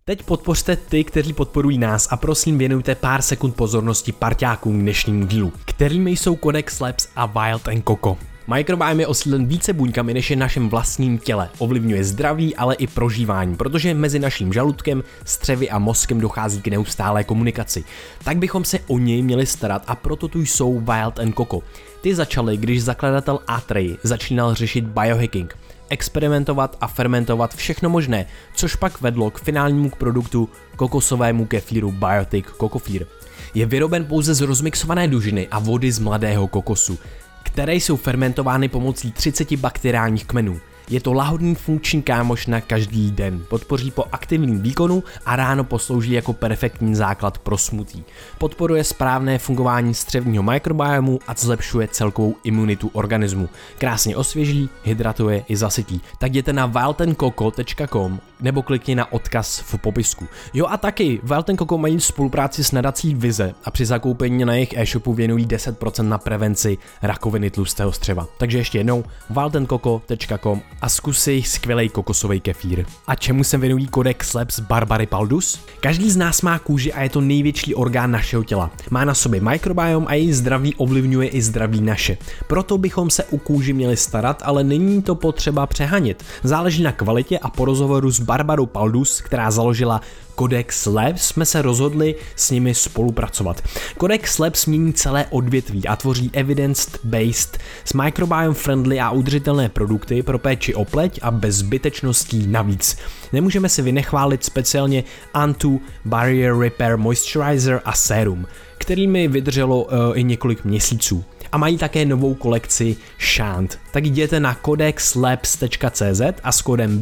Teď podpořte ty, kteří podporují nás a prosím věnujte pár sekund pozornosti parťákům dnešnímu dílu, kterými jsou Codex Labs a Wild & Coco. Microbiome je osídlen více buňkami, než je v našem vlastním těle. Ovlivňuje zdraví, ale i prožívání, protože mezi naším žaludkem, střevy a mozkem dochází k neustálé komunikaci. Tak bychom se o něj měli starat a proto tu jsou Wild & Coco. Ty začaly, když zakladatel Atreji začínal řešit biohacking, experimentovat a fermentovat všechno možné, což pak vedlo k finálnímu produktu kokosovému kefíru Biotic Cocofear. Je vyroben pouze z rozmixované dužiny a vody z mladého kokosu, které jsou fermentovány pomocí 30 bakteriálních kmenů. Je to lahodný funkční kámoš na každý den, podpoří po aktivním výkonu a ráno poslouží jako perfektní základ pro smoothie. Podporuje správné fungování střevního mikrobiomu a zlepšuje celkovou imunitu organismu. Krásně osvěží, hydratuje i zasytí. Tak jděte na wildandcoco.com nebo klikni na odkaz v popisku. Jo a taky, Wild & Coco mají spolupráci s nadací Vize a při zakoupení na jejich e-shopu věnují 10% na prevenci rakoviny tlustého střeva. Takže ještě jednou wildandcoco.com a zkus si jejich skvělej kokosový kefír. A čemu se věnují Codex Labs Barbary Paldus? Každý z nás má kůži a je to největší orgán našeho těla. Má na sobě mikrobiom a její zdraví ovlivňuje i zdraví naše. Proto bychom se u kůži měli starat, ale není to potřeba přehanit. Záleží na kvalitě a po rozhovoru s Barbarou Paldus, která založila Codex Labs, jsme se rozhodli s nimi spolupracovat. Codex Labs mění celé odvětví a tvoří evidence-based, s microbiome friendly a udržitelné produkty pro péči o pleť a bez zbytečností navíc. Nemůžeme si vynechválit speciálně Antu Barrier Repair Moisturizer a Serum, kterými vydrželo i několik měsíců. A mají také novou kolekci Shant. Tak jděte na codexlabs.cz a s kódem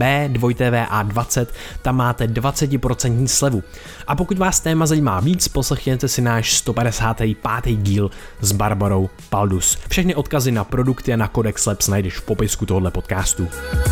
B2TVA20 tam máte 20% slevu. A pokud vás téma zajímá víc, poslechněte si náš 155. díl s Barbarou Paldus. Všechny odkazy na produkty a na Codex Labs najdeš v popisku tohoto podcastu.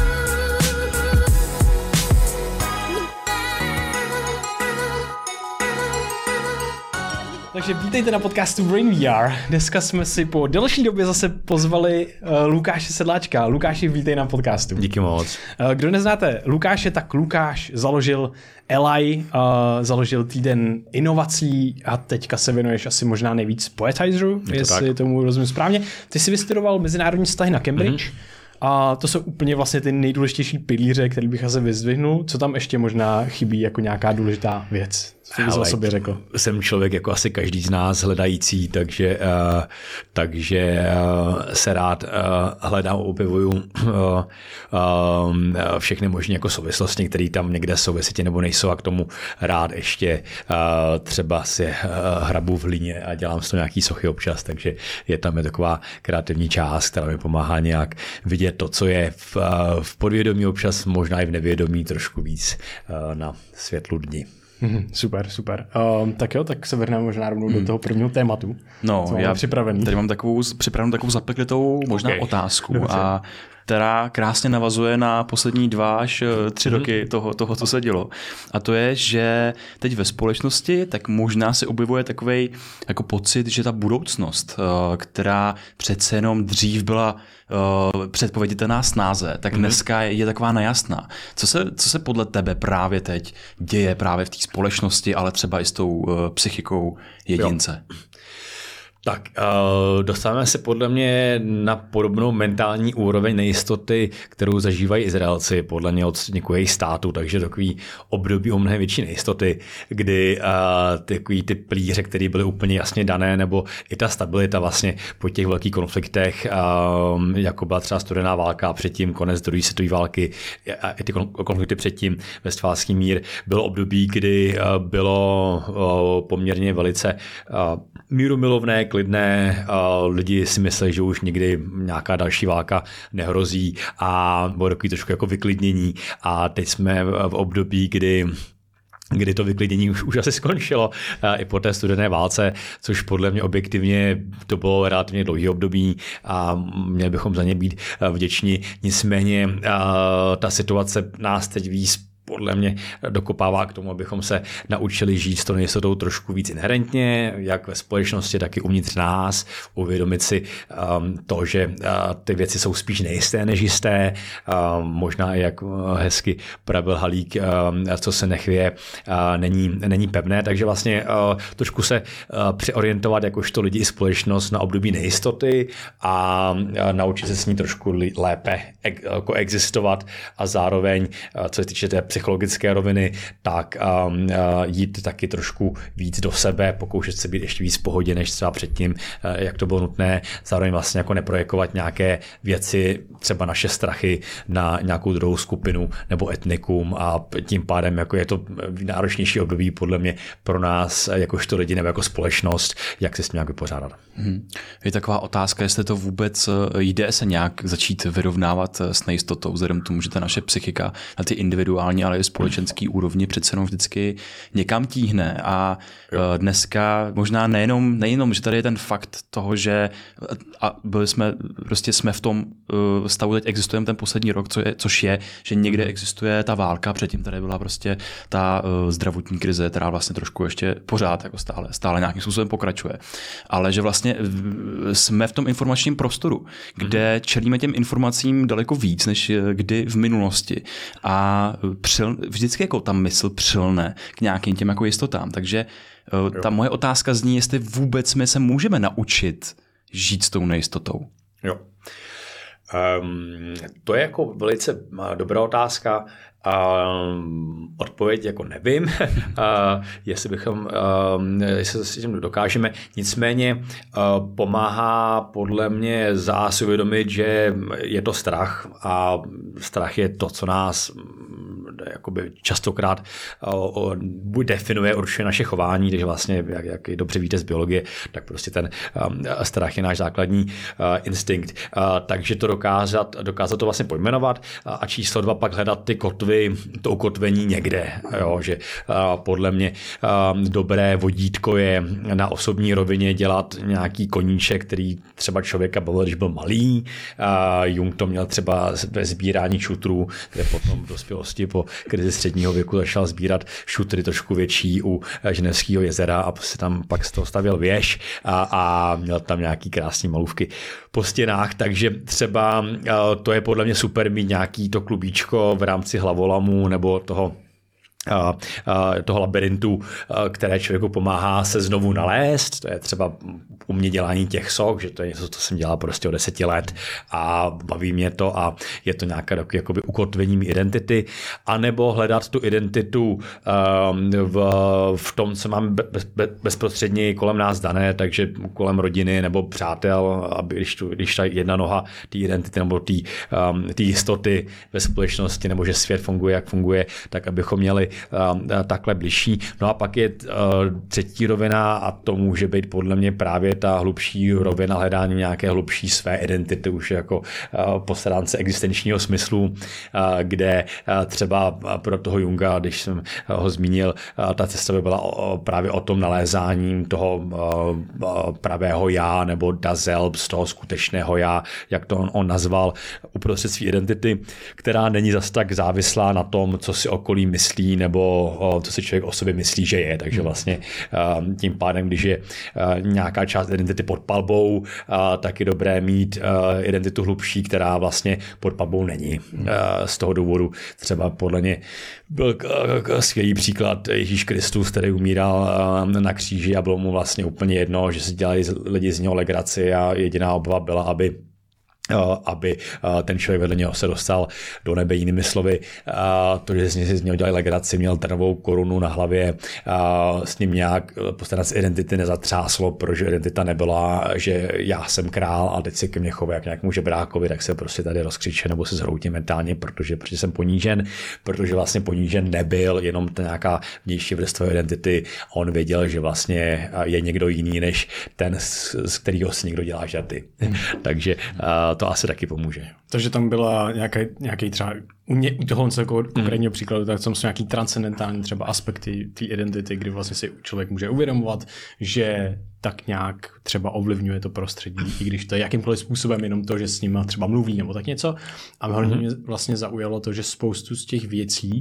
Takže vítejte na podcastu Brain VR. Dneska jsme si po delší době zase pozvali Lukáše Sedláčka. Lukáši, vítej na podcastu. Díky moc. Kdo neznáte Lukáše, tak Lukáš založil Eli, založil týden inovací a teďka se věnuješ asi možná nejvíc Poetizeru, jestli tak tomu rozumím správně. Ty jsi vystudoval mezinárodní vztahy na Cambridge. A to jsou úplně vlastně ty nejdůležitější pilíře, které bych asi vyzdvihnul. Co tam ještě možná chybí jako nějaká důležitá věc? Co bys o sobě řekl? Jsem člověk jako asi každý z nás hledající, takže se rád hledám, objevuju všechny možné jako souvislosti, které tam někde souvisí nebo nejsou, a k tomu rád ještě třeba si hrabu v hlíně a dělám z toho nějaký sochy občas, takže je tam taková kreativní část, která mi pomáhá nějak vidět to, co je v podvědomí, občas možná i v nevědomí trošku víc na světlu dni. Super. Tak jo, tak se vrhneme možná rovnou do toho prvního tématu. No, já tady mám připravenou takovou zapeklitou možná otázku, a která krásně navazuje na poslední 2 až 3 roky toho, co se dělo. A to je, že teď ve společnosti tak možná se objevuje takovej jako pocit, že ta budoucnost, která přece jenom dřív byla předpověditelná snáze, tak dneska je taková nejasná. Co se podle tebe právě teď děje právě v té společnosti, ale třeba i s tou psychikou jedince? Jo. Tak dostáváme se podle mě na podobnou mentální úroveň nejistoty, kterou zažívají Izraelci podle mě od několik států, takže takový období o mnohem větší nejistoty, kdy takový ty plíře, které byly úplně jasně dané, nebo i ta stabilita vlastně po těch velkých konfliktech, jako byla třeba studená válka a předtím konec druhé světové války a i ty konflikty předtím, Vestfálský mír, bylo období, kdy bylo poměrně velice mírumilovné, klidné, lidi si mysleli, že už nikdy nějaká další válka nehrozí a bylo takový trošku jako vyklidnění, a teď jsme v období, kdy to vyklidnění už asi skončilo i po té studené válce, což podle mě objektivně to bylo relativně dlouhý období a měli bychom za ně být vděční. Nicméně ta situace nás teď víc podle mě dokopává k tomu, abychom se naučili žít s tou nejistotou trošku víc inherentně, jak ve společnosti, tak i uvnitř nás, uvědomit si to, že ty věci jsou spíš nejisté než jisté, možná jak hezky pravil Halík, co se nechvěje, není pevné, takže vlastně trošku se přeorientovat jakožto lidi i společnost na období nejistoty a naučit se s ní trošku lépe koexistovat a zároveň, co se týče té psychologické roviny, tak jít taky trošku víc do sebe, pokoušet se být ještě víc v pohodě, než třeba předtím, jak to bylo nutné, zároveň vlastně jako neprojekovat nějaké věci, třeba naše strachy na nějakou druhou skupinu nebo etnikum a tím pádem jako je to náročnější období podle mě pro nás jakožto lidi nebo jako společnost, jak se s tím nějak vypořádat. Je taková otázka, jestli to vůbec jde se nějak začít vyrovnávat s nejistotou, vzhledem k tomu, že ta naše psychika na ty individuální, ale i společenský úrovni přece jenom vždycky někam tíhne a dneska možná nejenom, že tady je ten fakt toho, že jsme v tom stavu, teď existujeme ten poslední rok, což je, že někde existuje ta válka, předtím tady byla prostě ta zdravotní krize, která vlastně trošku ještě pořád jako stále nějakým způsobem pokračuje. Ale že vlastně jsme v tom informačním prostoru, kde čelíme těm informacím daleko víc, než kdy v minulosti. A vždycky jako ta mysl přilne k nějakým těm jako jistotám. Takže ta moje otázka zní, jestli vůbec my se můžeme naučit žít s tou nejistotou. Jo. To je jako velice dobrá otázka. Odpověď jako nevím, jestli se s tím dokážeme. Nicméně pomáhá podle mě si uvědomit, že je to strach a strach je to, co nás jakoby častokrát definuje, určuje naše chování, takže vlastně, jak dobře víte z biologie, tak prostě ten strach je náš základní instinkt. Takže to dokázat to vlastně pojmenovat a číslo 2 pak hledat ty kotvy, to ukotvení někde, jo, že podle mě dobré vodítko je na osobní rovině dělat nějaký koníček, který třeba člověka bavil, když byl malý. Jung to měl třeba ve sbírání šutrů, kde potom v dospělosti po krizi středního věku začal sbírat šutry trošku větší u Ženevského jezera a tam pak z toho stavěl věž a měl tam nějaký krásný malůvky po stěnách, takže třeba to je podle mě super mít nějaký to klubíčko v rámci hlavolamu nebo toho labirintu, které člověku pomáhá se znovu nalézt. To je třeba u mě dělání těch sok, že to je něco, co jsem dělal prostě od 10 let a baví mě to a je to nějaké jakoby ukotvením identity, anebo hledat tu identitu v tom, co mám bezprostředně kolem nás dané, takže kolem rodiny nebo přátel, aby když ta jedna noha té identity nebo té jistoty ve společnosti nebo že svět funguje, jak funguje, tak abychom měli takhle bližší. No a pak je třetí rovina a to může být podle mě právě ta hlubší rovina hledání nějaké hlubší své identity, už jako po stránce existenčního smyslu, kde třeba pro toho Junga, když jsem ho zmínil, ta cesta by byla právě o tom nalézáním toho pravého já nebo das Selbst, toho skutečného já, jak to on nazval, uprostřed své identity, která není zas tak závislá na tom, co si okolí myslí nebo co si člověk o sobě myslí, že je. Takže vlastně tím pádem, když je nějaká část identity pod palbou, tak je dobré mít identitu hlubší, která vlastně pod palbou není. Z toho důvodu třeba podle mě byl skvělý příklad Ježíš Kristus, který umíral na kříži a bylo mu vlastně úplně jedno, že si dělali lidi z něho legraci a jediná obava byla, aby ten člověk vedle něho se dostal do nebe, jinými slovy. To, že si z něho dělali legraci, měl trnovou korunu na hlavě, s ním nějak postarat z identity nezatřáslo, protože identita nebyla, že já jsem král a teď se ke mně chová jak nějakému žebrákovi, tak se prostě tady rozkřiče nebo se zhroutí mentálně, protože jsem ponížen, protože vlastně ponížen nebyl, jenom ta nějaká vnější vrstva identity. On věděl, že vlastně je někdo jiný, než ten, z kterého si někdo dělá žarty. Takže to asi taky pomůže. Takže tam byla nějaký třeba u tohle konkrétního příkladu, tak tam jsou nějaký transcendentální třeba aspekty té identity, kdy vlastně si člověk může uvědomovat, že tak nějak třeba ovlivňuje to prostředí, i když to je jakýmkoliv způsobem jenom to, že s nima třeba mluví nebo tak něco. A mě vlastně zaujalo to, že spoustu z těch věcí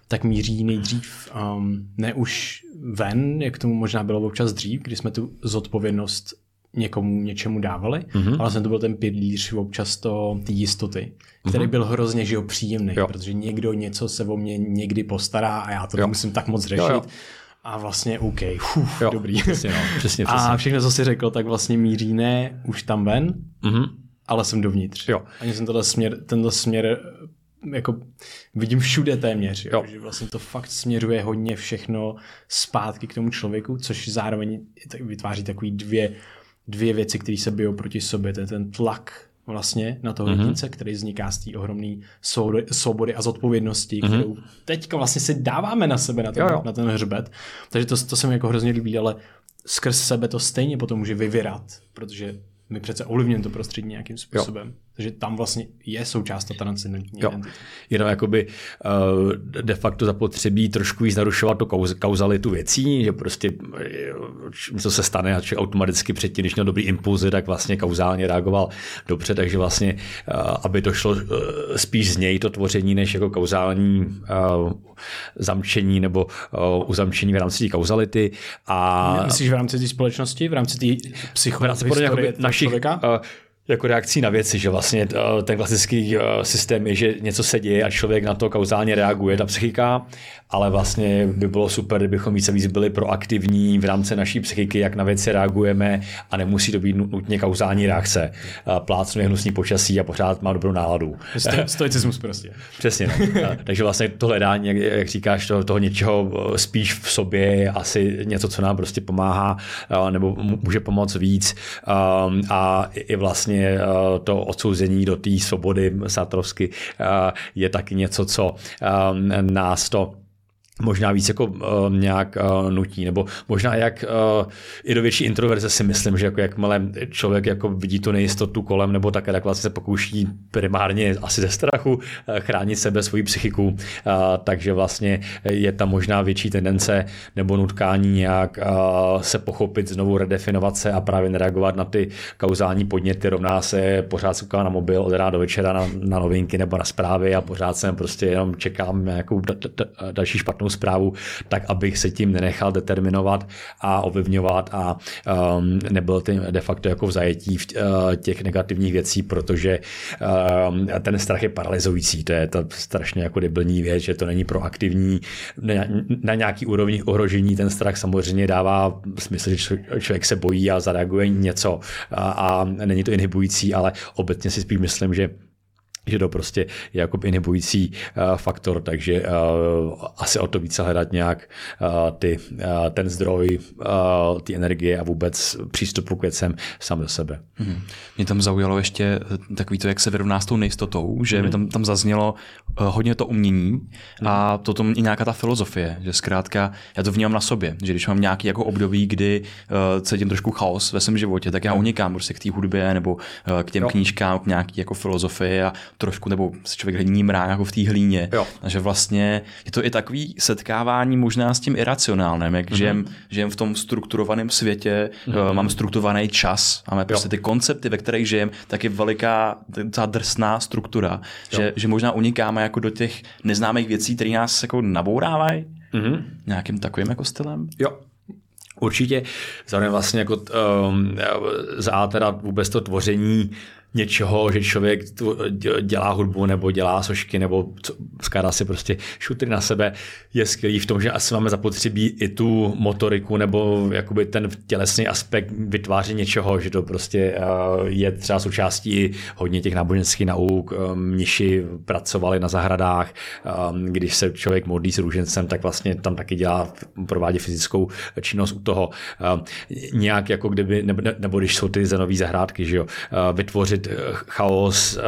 tak míří nejdřív ne už ven, jak tomu možná bylo občas dřív, kdy jsme tu zodpovědnost něčemu dávali, ale jsem to byl ten pilíř občas té jistoty, který byl hrozně příjemný, protože někdo něco se o mě někdy postará a já to nemusím tak moc řešit. Jo. A vlastně OK, dobrý. Přesně. A všechno, co jsi řekl, tak vlastně míří ne už tam ven, ale jsem dovnitř. Ani jsem tenhle směr jako vidím všude téměř, že vlastně to fakt směřuje hodně všechno zpátky k tomu člověku, což zároveň vytváří takový dvě věci, které se bijou proti sobě. To je ten tlak vlastně na toho jedince, který vzniká z té ohromné svobody a zodpovědnosti, kterou teďka vlastně si dáváme na sebe, na ten hřbet. Takže to se mi jako hrozně líbí, ale skrz sebe to stejně potom může vyvirat, protože my přece ovlivňujeme to prostředí nějakým způsobem. Takže tam vlastně je součást ta transcendentní identity. Jenom jakoby de facto zapotřebí trošku víc narušovat to kauzalitu věcí, že prostě něco se stane a člověk automaticky předtím, když měl dobrý impulzy, tak vlastně kauzálně reagoval dobře, takže vlastně, aby to šlo spíš z něj to tvoření, než jako kauzální zamčení nebo uzamčení v rámci té kauzality. A myslíš v rámci té společnosti, v rámci té psychohistorie člověka? Jako reakcí na věci, že vlastně ten klasický systém je, že něco se děje a člověk na to kauzálně reaguje, ta psychika, ale vlastně by bylo super, kdybychom více víc byli proaktivní v rámci naší psychiky, jak na věci reagujeme a nemusí to být nutně kauzální reakce. Plácnu je hnusný počasí a pořád má dobrou náladu. Stoicismus prostě. Přesně. No. Takže vlastně to hledání, jak říkáš, toho něčeho spíš v sobě je asi něco, co nám prostě pomáhá nebo může pomoct víc a i vlastně to odsouzení do té svobody sartrovsky je taky něco, co nás to možná víc jako nějak nutí, nebo možná jak i do větší introverze si myslím, že jako jakmile člověk jako vidí tu nejistotu kolem, nebo také tak vlastně se pokouší primárně asi ze strachu chránit sebe, svoji psychiku, takže vlastně je tam možná větší tendence nebo nutkání nějak se pochopit, znovu redefinovat se a právě nereagovat na ty kauzální podněty, rovná se pořád souká na mobil od rána do večera na novinky nebo na zprávy a pořád jsem prostě jenom čekám nějakou další špatnou zprávu, tak abych se tím nenechal determinovat a ovlivňovat a nebyl tím de facto jako v zajetí těch negativních věcí, protože ten strach je paralyzující. To je to strašně jako debilní věc, že to není proaktivní. Na nějaký úrovni ohrožení ten strach samozřejmě dává smysl, že člověk se bojí a zareaguje něco a není to inhibující, ale obecně si spíš myslím, že to prostě je jako inhibující faktor, takže asi o to více hledat nějak ten zdroj, ty energie a vůbec přístupu k věcem sám do sebe. Mě tam zaujalo ještě takový to, jak se vyrovná s tou nejistotou, že mi tam zaznělo hodně to umění a potom i nějaká ta filozofie, že zkrátka já to vnímám na sobě, že když mám nějaký jako období, kdy cítím trošku chaos ve svém životě, tak já unikám prostě k té hudbě nebo k těm knížkám, k nějaký jako filozofii a trošku, nebo se člověk nímrá jako v té hlíně. A že vlastně je to i takový setkávání možná s tím iracionálním, jak žijem v tom strukturovaném světě, mám strukturovaný čas, máme prostě ty koncepty, ve kterých žijem, tak je veliká, ta drsná struktura, že možná unikáme jako do těch neznámých věcí, které nás jako nabourávají nějakým takovým jako stylem. Jo. Určitě. Zároveň vlastně jako teda vůbec to tvoření něčeho, že člověk dělá hudbu nebo dělá sošky nebo skládá si prostě šutry na sebe, je skvělý v tom, že asi máme zapotřebí i tu motoriku nebo jakoby ten tělesný aspekt vytváření něčeho, že to prostě je třeba součástí hodně těch náboženských nauk. Mniši pracovali na zahradách, když se člověk modlí s růžencem, tak vlastně tam taky provádí fyzickou činnost u toho. Nějak jako kdyby, nebo když jsou ty zenové zahrádky, že jo, vytvořit chaos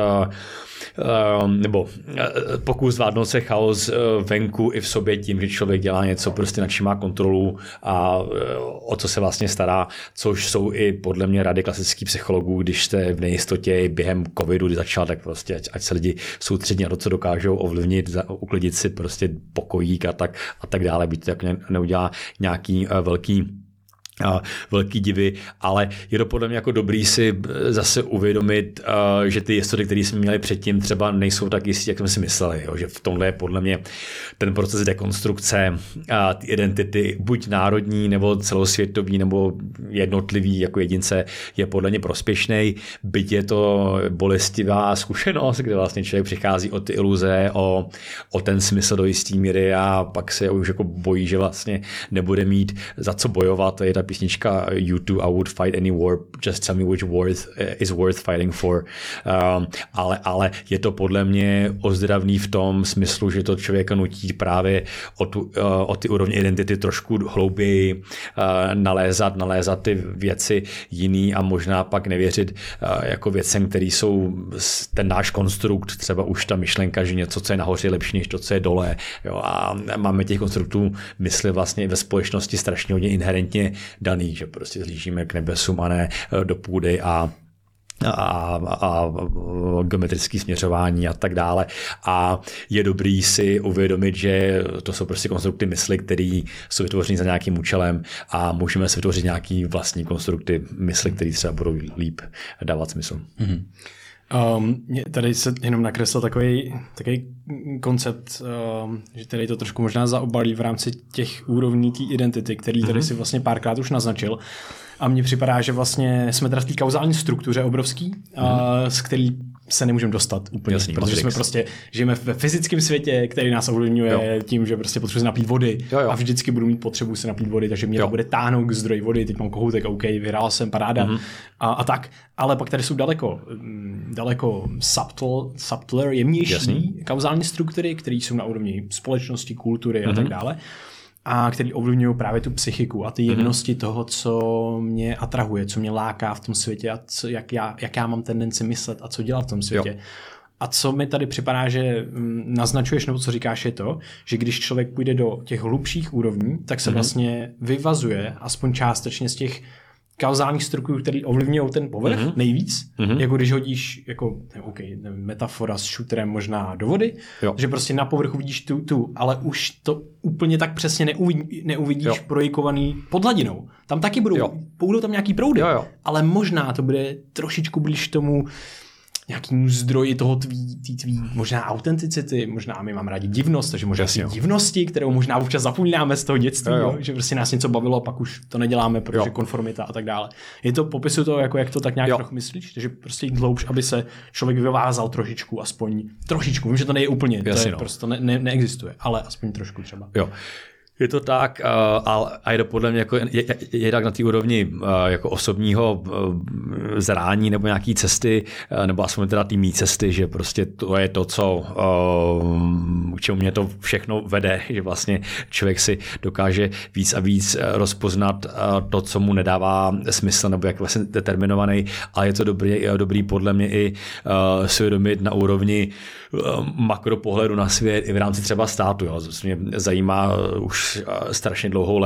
nebo pokus zvládnout se chaos venku i v sobě tím, že člověk dělá něco, prostě na čím má kontrolu a o co se vlastně stará, což jsou i podle mě rady klasických psychologů, když jste v nejistotě během covidu, kdy začal, tak prostě ať se lidi soustředí na to, co dokážou ovlivnit, uklidit si prostě pokojík a tak dále, byť to jako neudělá nějaký velký velký divy, ale je to podle mě jako dobrý si zase uvědomit, že ty jistoty, které jsme měli předtím, třeba nejsou tak jistý, jak jsme si mysleli. Jo? Že v tomhle je podle mě ten proces dekonstrukce ty identity, buď národní, nebo celosvětový, nebo jednotlivý jako jedince, je podle mě prospěšný. Byť je to bolestivá zkušenost, kde vlastně člověk přichází o ty iluze, o ten smysl do jistý míry a pak se už jako bojí, že vlastně nebude mít za co bojovat. Je ta písnička U2, I would fight any war, just tell me which war is worth fighting for. Ale je to podle mě ozdravný v tom smyslu, že to člověka nutí právě o ty úrovně identity trošku hlouběji nalézat ty věci jiný a možná pak nevěřit jako věcem, které jsou ten náš konstrukt, třeba už ta myšlenka, že něco, co je nahoře, je lepší než to, co je dole. Jo, a máme těch konstruktů mysli vlastně ve společnosti strašně hodně inherentně daný, že prostě zlížíme k nebesům a ne do půdy a geometrické směřování a tak dále. A je dobrý si uvědomit, že to jsou prostě konstrukty mysli, které jsou vytvořeny za nějakým účelem a můžeme si vytvořit nějaký vlastní konstrukty mysli, které třeba budou líp dávat smysl. Mm-hmm. Tady se jenom nakreslil takový koncept, že tady to trošku možná zaobalí v rámci těch úrovní té identity, který tady si vlastně párkrát už naznačil. A mně připadá, že vlastně jsme teda v té kauzální struktuře obrovský, z který se nemůžeme dostat úplně, jasný, protože jsme prostě žijeme ve fyzickém světě, který nás ovlivňuje tím, že prostě potřebuji se napít vody a vždycky budu mít potřebu se napít vody, takže mě to bude táhnout k zdroji vody, teď mám kohoutek, OK, vyhrál jsem, paráda a tak, ale pak tady jsou daleko subtler, jemnější kauzální struktury, které jsou na úrovni společnosti, kultury a tak dále. A který ovlivňují právě tu psychiku a ty jemnosti toho, co mě atrahuje, co mě láká v tom světě a jak já mám tendenci myslet a co dělat v tom světě. A co mi tady připadá, že naznačuješ, nebo co říkáš, je to, že když člověk půjde do těch hlubších úrovní, tak se vlastně vyvazuje aspoň částečně z těch kauzálních struktur, které ovlivňují ten povrch nejvíc, jako když hodíš, metafora s shooterem možná do vody, že prostě na povrchu vidíš tu, ale už to úplně tak přesně neuvidíš projikovaný pod hladinou. Tam taky budou tam nějaký proudy, ale možná to bude trošičku blíž tomu nějakým zdroji toho tvý možná autenticity, možná my máme rádi divnost, takže možná divnosti, kterou možná občas zapomínáme z toho dětství, že prostě nás něco bavilo a pak už to neděláme, protože konformita a tak dále. Je to popisu toho, jako jak to tak nějak trochu myslíš, takže prostě jít hloubš, aby se člověk vyvázal trošičku, aspoň trošičku. Vím, že to nejde úplně, to je prostě neexistuje, ale aspoň trošku třeba. Je to tak, a je to podle mě jako, je tak na té úrovni jako osobního zrání nebo nějaký cesty, nebo aspoň teda té mý cesty, že prostě to je to, co k čemu mě to všechno vede, že vlastně člověk si dokáže víc a víc rozpoznat to, co mu nedává smysl, nebo jak vlastně determinovaný, ale je to dobrý podle mě i si uvědomit na úrovni makropohledu na svět i v rámci třeba státu. Co mě zajímá už strašně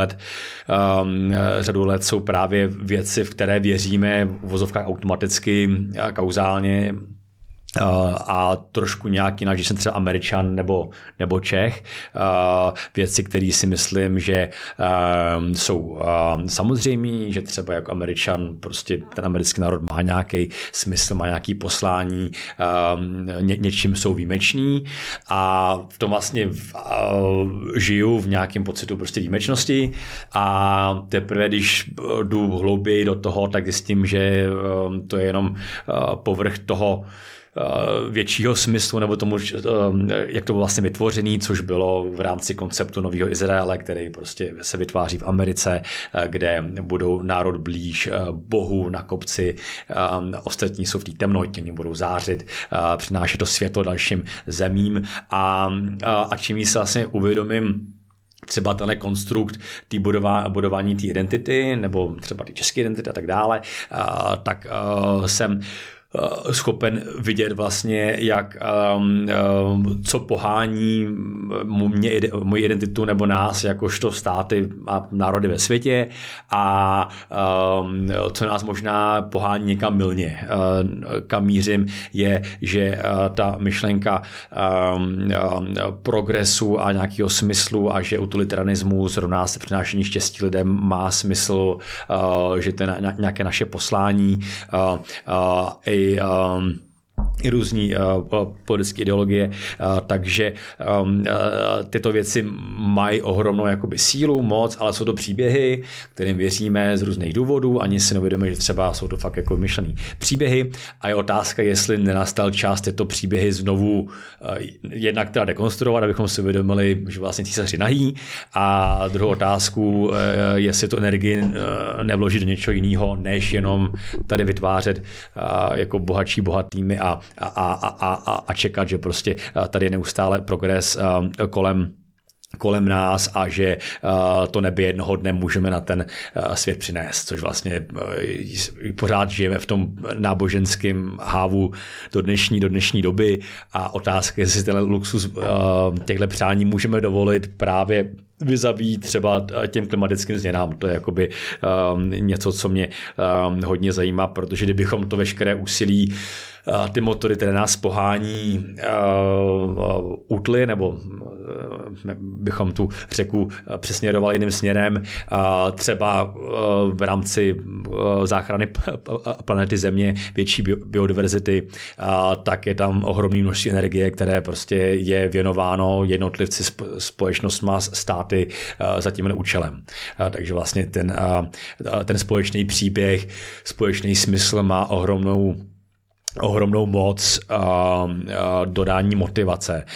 řadu let jsou právě věci, v které věříme v uvozovkách automaticky, kauzálně a trošku nějak jinak, že jsem třeba Američan nebo Čech. Věci, které si myslím, že jsou samozřejmé, že třeba jako Američan prostě ten americký národ má nějaký smysl, má nějaký poslání, něčím jsou výjimeční a v tom vlastně žiju v nějakém pocitu prostě výjimečnosti a teprve, když jdu hlouběji do toho, tak zjistím, že to je jenom povrch toho většího smyslu, nebo tomu, jak to bylo vlastně vytvořený, což bylo v rámci konceptu Nového Izraele, který prostě se vytváří v Americe, kde budou národ blíž Bohu na kopci, ostatní jsou v té temnotě, oni budou zářit, přinášet to světlo dalším zemím a čím se vlastně uvědomím třeba tenhle konstrukt tý budování té identity, nebo třeba ty české identity a tak dále, tak jsem schopen vidět vlastně, jak co pohání moji identitu nebo nás jakožto státy a národy ve světě a co nás možná pohání někam mylně. Kam mířím je, že ta myšlenka progresu a nějakého smyslu a že utilitarianismus rovná se přinášení štěstí lidem má smysl, že to je nějaké naše poslání i různý politické ideologie, takže tyto věci mají ohromnou jakoby sílu, moc, ale jsou to příběhy, kterým věříme z různých důvodů, ani si nevědomíme, že třeba jsou to fakt jako vymyšlený příběhy a je otázka, jestli nenastal čas tyto příběhy znovu jednak teda dekonstruovat, abychom si uvědomili, že vlastně císaři nahý a druhou otázku, jestli tu energii nevložit do něčeho jiného, než jenom tady vytvářet jako bohatými a čekat, že prostě tady je neustále progres kolem nás a že to nebe jednoho dne můžeme na ten svět přinést, což vlastně pořád žijeme v tom náboženském hávu do dnešní doby a otázka, jestli ten luxus těchto přání můžeme dovolit právě vyzaví třeba těm klimatickým změnám. To je jakoby něco, co mě hodně zajímá, protože kdybychom to veškeré úsilí ty motory, které nás pohání, utly, nebo bychom tu řeku přesměrovali jiným směrem, třeba v rámci záchrany planety Země, větší biodiverzity, tak je tam ohromné množství energie, které prostě je věnováno jednotlivci, společnostma, státy za tímhle účelem. Takže vlastně ten společný příběh, společný smysl má ohromnou moc dodání motivace,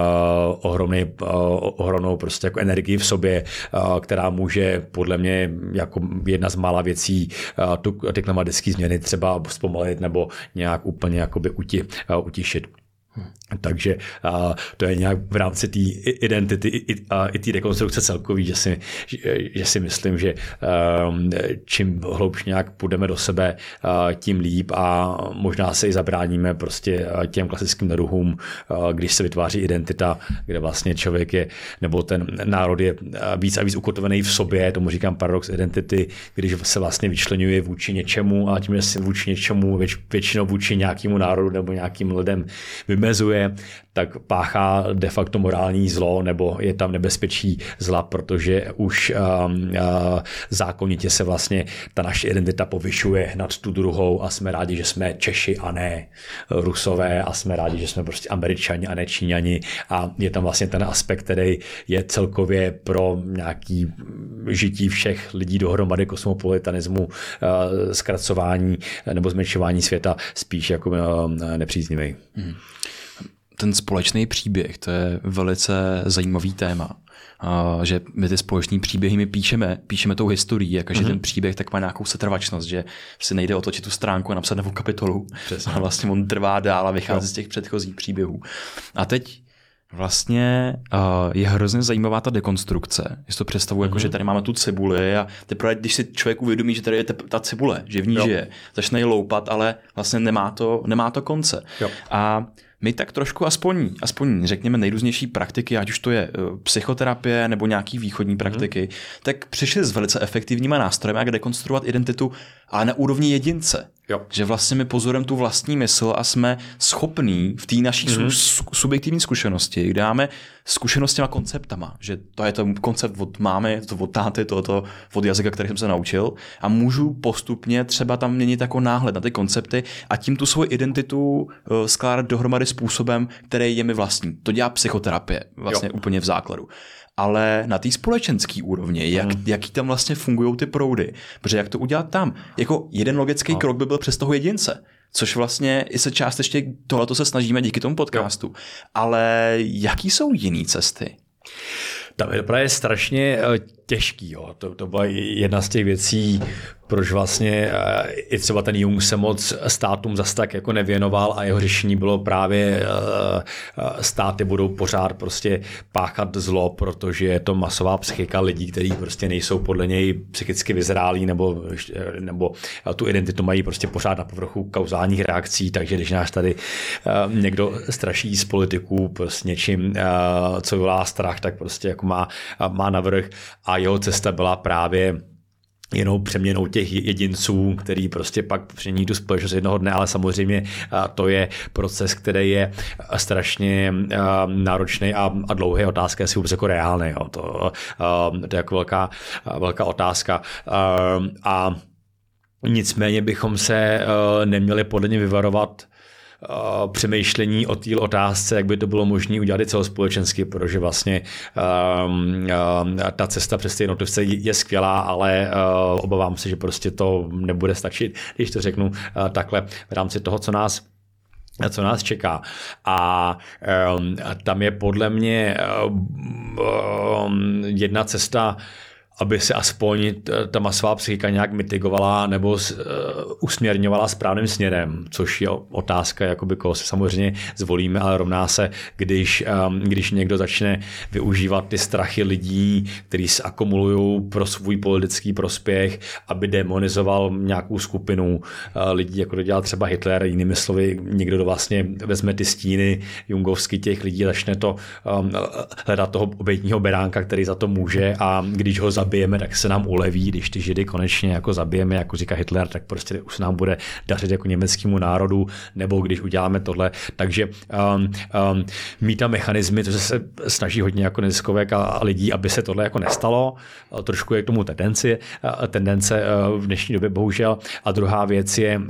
ohromnou prostě jako energii v sobě, která může podle mě jako jedna z mála věcí ty klimatické změny třeba zpomalit nebo nějak úplně jakoby utišit. Takže to je nějak v rámci té identity i té dekonstrukce celkový, že si myslím, že čím hloubš nějak půjdeme do sebe, tím líp a možná se i zabráníme prostě těm klasickým neduhům, když se vytváří identita, kde vlastně člověk je, nebo ten národ je víc a víc ukotvený v sobě, tomu říkám paradox identity, když se vlastně vyčleňuje vůči něčemu a tím, že se vůči něčemu většinou vůči nějakému národu nebo nějakým lidem vymezuje, tak páchá de facto morální zlo nebo je tam nebezpečí zla, protože už zákonitě se vlastně ta naše identita povyšuje nad tu druhou a jsme rádi, že jsme Češi a ne Rusové a jsme rádi, že jsme prostě Američani a ne Číňani a je tam vlastně ten aspekt, který je celkově pro nějaký žití všech lidí dohromady kosmopolitanismu, zkracování nebo zmenšování světa spíš jako nepříznivý. Ten společný příběh, to je velice zajímavý téma. Že my ty společný příběhy my píšeme tou historií a každý ten příběh tak má nějakou setrvačnost, že si nejde otočit tu stránku a napsat novou kapitolu. Přesně. A vlastně on trvá dál a vychází z těch předchozích příběhů. A teď vlastně je hrozně zajímavá ta dekonstrukce. Je to představu, jako, že tady máme tu cibuli a teprve, když si člověk uvědomí, že tady je ta cibule, že v ní žije, začne ji loupat, ale vlastně nemá to konce. Jo. A my tak trošku aspoň řekněme nejrůznější praktiky, ať už to je psychoterapie nebo nějaký východní praktiky, tak přišli s velice efektivníma nástrojem, jak dekonstruovat identitu, ale na úrovni jedince. Jo. Že vlastně my pozorujeme tu vlastní mysl a jsme schopní v té naší subjektivní zkušenosti, kde máme zkušenost s těma konceptama, že to je to koncept od mámy, to od táty, to od jazyka, který jsem se naučil a můžu postupně třeba tam měnit jako náhled na ty koncepty a tím tu svoji identitu skládat dohromady způsobem, který je mi vlastní. To dělá psychoterapie vlastně úplně v základu. Ale na té společenské úrovni, jaký tam vlastně fungují ty proudy, protože jak to udělat tam? Jako jeden logický krok by byl přes toho jedince, což vlastně i se částečně tohleto se snažíme díky tomu podcastu. Ale jaký jsou jiné cesty? Tam je právě strašně těžký. Jo. To byla jedna z těch věcí, proč vlastně i třeba ten Jung se moc státům zas tak jako nevěnoval a jeho řešení bylo právě státy budou pořád prostě páchat zlo, protože je to masová psychika lidí, kteří prostě nejsou podle něj psychicky vyzrálí nebo tu identitu mají prostě pořád na povrchu kauzálních reakcí, takže když nás tady někdo straší z politiků prostě něčím, co vyvolá strach, tak prostě jako má navrch a jeho cesta byla právě jenom přeměnou těch jedinců, který prostě pak přemění tu společnost jednoho dne, ale samozřejmě to je proces, který je strašně náročný a dlouhý. Otázka je si vůbec jako reálný. Jo. To je jako velká otázka. A nicméně bychom se neměli podle mě vyvarovat přemýšlení o té otázce, jak by to bylo možné udělat i celospolečensky, protože vlastně ta cesta přes ty jednotlivce je skvělá, ale obávám se, že prostě to nebude stačit, když to řeknu takhle v rámci toho, co nás čeká. A tam je podle mě jedna cesta, aby se aspoň ta masová psychika nějak mitigovala nebo usměrňovala správným směrem, což je otázka, jakoby koho se samozřejmě zvolíme, ale rovná se, když někdo začne využívat ty strachy lidí, kteří se akumulují pro svůj politický prospěch, aby demonizoval nějakou skupinu lidí, jako to dělal třeba Hitler, jinými slovy, někdo, kdo vlastně vezme ty stíny jungovsky těch lidí, začne to hledat toho obětního beránka, který za to může a když ho zabijeme, tak se nám uleví, když ty Židy konečně jako zabijeme, jako říká Hitler, tak prostě už se nám bude dařit jako německému národu, nebo když uděláme tohle. Takže mít tam mechanismy, to se snaží hodně jako neziskovek a lidí, aby se tohle jako nestalo. Trošku je k tomu tendence v dnešní době bohužel. A druhá věc je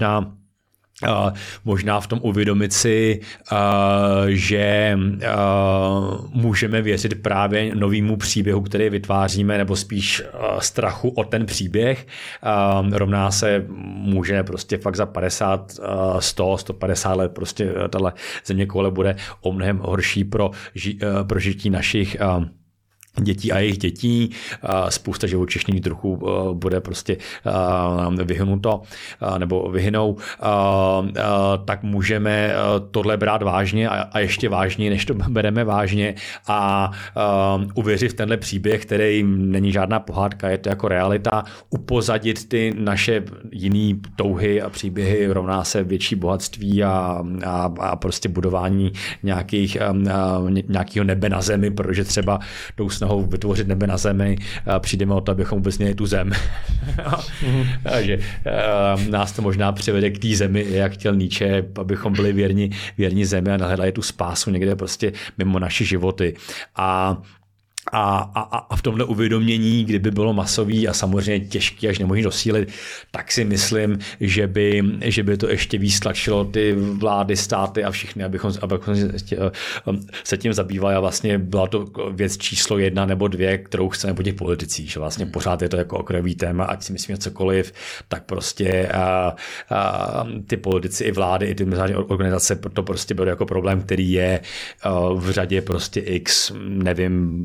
možná v tom uvědomit si, že můžeme věřit právě novému příběhu, který vytváříme, nebo spíš strachu o ten příběh. Rovná se může prostě fakt za 50, 100, 150 let prostě tahle zeměkoule bude o mnohem horší pro žití našich dětí a jejich dětí, spousta živočišných druhů bude prostě vyhnuto nebo vyhynou, tak můžeme tohle brát vážně a ještě vážněji, než to bereme vážně a uvěřit v tenhle příběh, který není žádná pohádka, je to jako realita, upozadit ty naše jiný touhy a příběhy, rovná se větší bohatství a prostě budování nějakého nebe na zemi, protože třeba tou snahou vytvořit nebe na zemi, přijdeme o to, abychom vůbec měli tu zem. Takže nás to možná přivede k té zemi, jak chtěl Nietzsche, abychom byli věrní zemi a nahledali tu spásu někde prostě mimo naše životy. A v tomhle uvědomění, kdyby bylo masový a samozřejmě těžký, až nemožný dosílit, tak si myslím, že by to ještě víc tlačilo ty vlády, státy a všichni, abychom se tím zabývali a vlastně byla to věc číslo 1 nebo 2, kterou chceme po těch politicích, že vlastně pořád je to jako okrajový téma, ať si myslíme cokoliv, tak prostě ty politici i vlády, i ty mezinárodní organizace to prostě bylo jako problém, který je v řadě prostě x, nevím,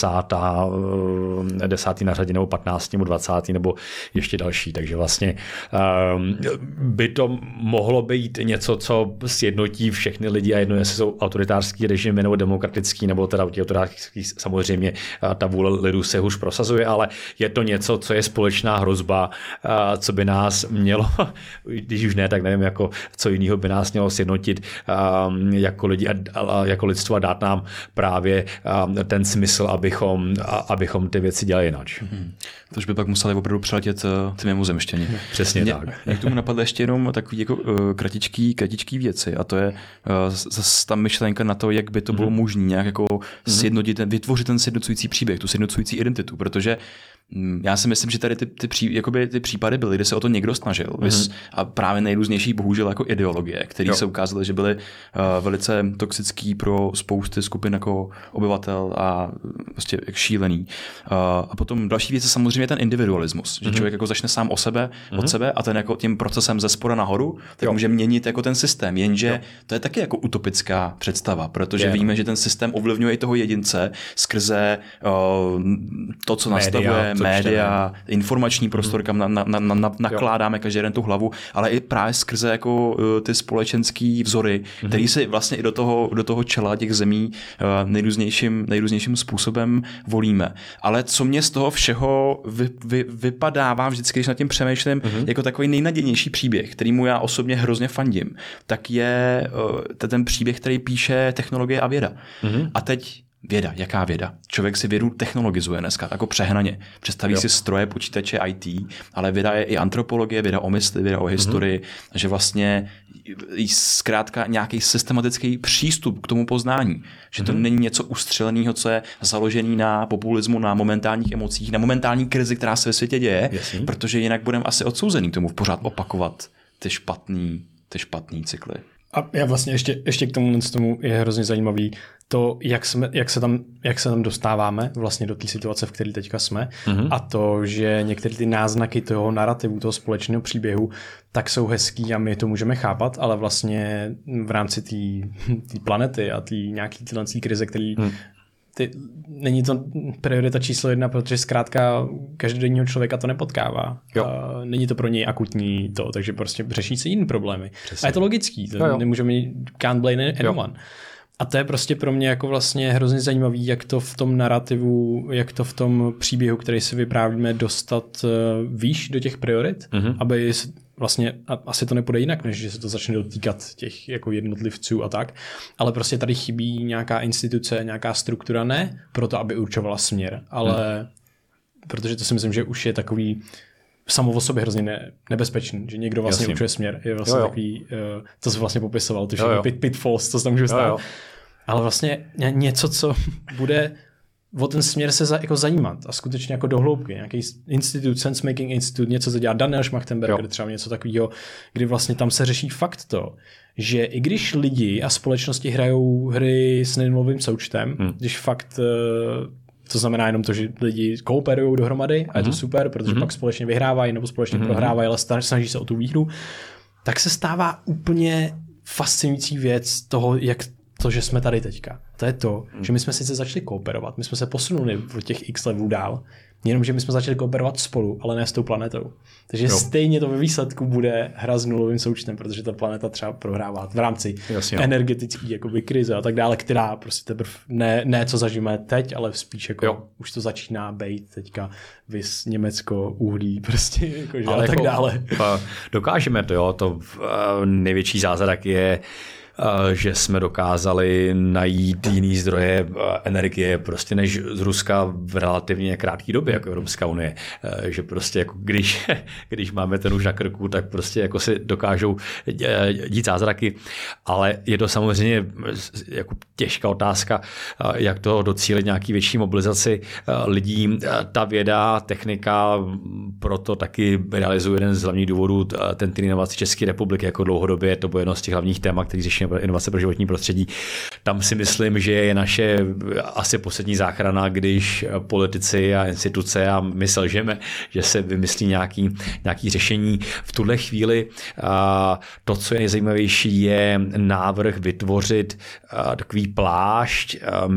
10. na řadě, nebo 15. nebo 20. nebo ještě další. Takže vlastně by to mohlo být něco, co sjednotí všechny lidi a jedno, jestli jsou autoritářský režim nebo demokratický, nebo teda autoritářský, samozřejmě ta vůle lidu se hůř prosazuje, ale je to něco, co je společná hrozba, co by nás mělo, když už ne, tak nevím, jako co jiného by nás mělo sjednotit jako lidi a jako lidstvo a dát nám právě ten smysl, abychom ty věci dělali jinak. To už by pak museli opravdu přeletět ty mimozemštění. Přesně tak. Mě k tomu napadlo ještě jenom takový jako kratičký věci a to je zase ta myšlenka na to, jak by to bylo možné nějak jako sjednotit, vytvořit ten sjednocující příběh, tu sjednocující identitu, protože já si myslím, že tady ty případy byly, kde se o to někdo snažil. A právě nejrůznější bohužel jako ideologie, které se ukázaly, že byly velice toxický pro spousty skupin jako obyvatel a prostě jak šílený. A potom další věc je samozřejmě ten individualismus, že člověk jako začne sám od sebe a ten jako tím procesem ze spoda nahoru, tak může měnit jako ten systém, jenže to je taky jako utopická představa, protože víme, že ten systém ovlivňuje i toho jedince skrze to, co nastavuje média, informační prostor, kam nakládáme každý den tu hlavu, ale i právě skrze jako ty společenský vzory, který si vlastně i do toho čela těch zemí nejrůznějším způsobem volíme. Ale co mě z toho všeho vypadává vždycky, když nad tím přemýšlím, jako takový nejnadějnější příběh, kterýmu já osobně hrozně fandím, tak je ten příběh, který píše Technologie a věda. A teď věda, jaká věda? Člověk si vědu technologizuje dneska, jako přehnaně. Představí si stroje, počítače, IT, ale věda je i antropologie, věda o mysli, věda o historii, že vlastně zkrátka nějaký systematický přístup k tomu poznání. Že to není něco ustřeleného, co je založený na populismu, na momentálních emocích, na momentální krizi, která se ve světě děje, protože jinak budeme asi odsouzený k tomu pořád opakovat ty špatný cykly. A já vlastně ještě k tomu je hrozně zajímavý to, jak se tam dostáváme vlastně do té situace, v které teďka jsme, a to, že některé ty náznaky toho narrativu, toho společného příběhu, tak jsou hezký a my to můžeme chápat, ale vlastně v rámci té planety a nějaký tyhle krize, který není to priorita číslo 1, protože zkrátka každodenního člověka to nepotkává. Není to pro něj akutní takže prostě řeší si jiný problémy. Přesně. A je to logický, nemůžeme can't blame anyone. A to je prostě pro mě jako vlastně hrozně zajímavý, jak to v tom narrativu, jak to v tom příběhu, který si vyprávíme, dostat výš do těch priorit, aby vlastně asi to nepůjde jinak, než že se to začne dotýkat těch jako jednotlivců a tak, ale prostě tady chybí nějaká instituce, nějaká struktura, ne proto, aby určovala směr, ale protože to si myslím, že už je takový samo o sobě hrozně nebezpečný, že někdo vlastně určuje směr. Je vlastně takový, to jsi vlastně popisoval, ty všechny pitfalls, co se tam může stát. Ale vlastně něco, co bude o ten směr se jako zajímat a skutečně jako dohloubky. Nějaký institut, sense-making institut, něco, co dělá Daniel Schmachtenberger, třeba něco takového, kdy vlastně tam se řeší fakt to, že i když lidi a společnosti hrajou hry s nenulovým součtem, když fakt to znamená jenom to, že lidi kooperují dohromady a je to super, protože pak společně vyhrávají nebo společně prohrávají, ale snaží se o tu výhru, tak se stává úplně fascinující věc toho, jak to, že jsme tady teďka. To je to, že my jsme sice začali kooperovat, my jsme se posunuli od těch x levelů dál, jenomže my jsme začali kooperovat spolu, ale ne s tou planetou. Takže stejně to ve výsledku bude hra s nulovým součtem, protože ta planeta třeba prohrává v rámci energetické jakoby krize a tak dále, která prostě teprve ne co zažijeme teď, ale spíš jako už to začíná být teďka vys Německo, uhlí prostě jakože, a tak dále. Dokážeme to, to největší zázrak je, že jsme dokázali najít jiný zdroje energie prostě než z Ruska v relativně krátké době jako Evropská unie. Že prostě jako když máme ten už na krku, tak prostě jako si dokážou dít zázraky, ale je to samozřejmě jako těžká otázka, jak to docílit nějaký větší mobilizaci lidí. Ta věda, technika proto taky realizuje jeden z hlavních důvodů ten inovace České republiky jako dlouhodobě, to bude jedno z těch hlavních témat, který řešíme inovace pro životní prostředí. Tam si myslím, že je naše asi poslední záchrana, když politici a instituce a my selžeme, že se vymyslí nějaký řešení. V tuhle chvíli to, co je nejzajímavější, je návrh vytvořit takový plášť,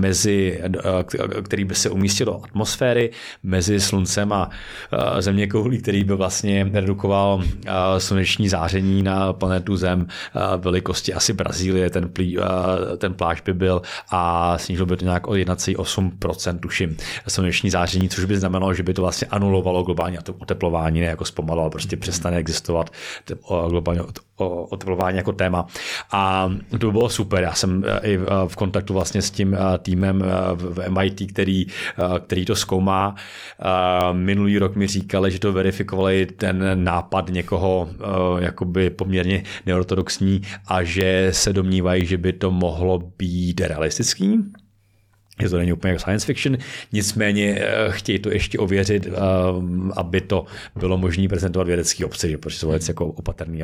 který by se umístil do atmosféry mezi sluncem a zeměkoulí, který by vlastně redukoval sluneční záření na planetu Zem velikosti asi Brazílie. Ten plášť by byl a snížil by to nějak o 1,8%, tuším, sluneční záření, což by znamenalo, že by to vlastně anulovalo globální oteplování, ne jako zpomalilo, prostě přestane existovat globální oteplování jako téma. A to by bylo super. Já jsem i v kontaktu vlastně s tím týmem v MIT, který to zkoumá. Minulý rok mi říkali, že to verifikovali ten nápad někoho jakoby poměrně neortodoxní a že se domnívají, že by to mohlo být realistický. Že to není úplně science fiction, nicméně chtějí to ještě ověřit, aby to bylo možné prezentovat vědecký obci, protože jsou velice jako opatrný,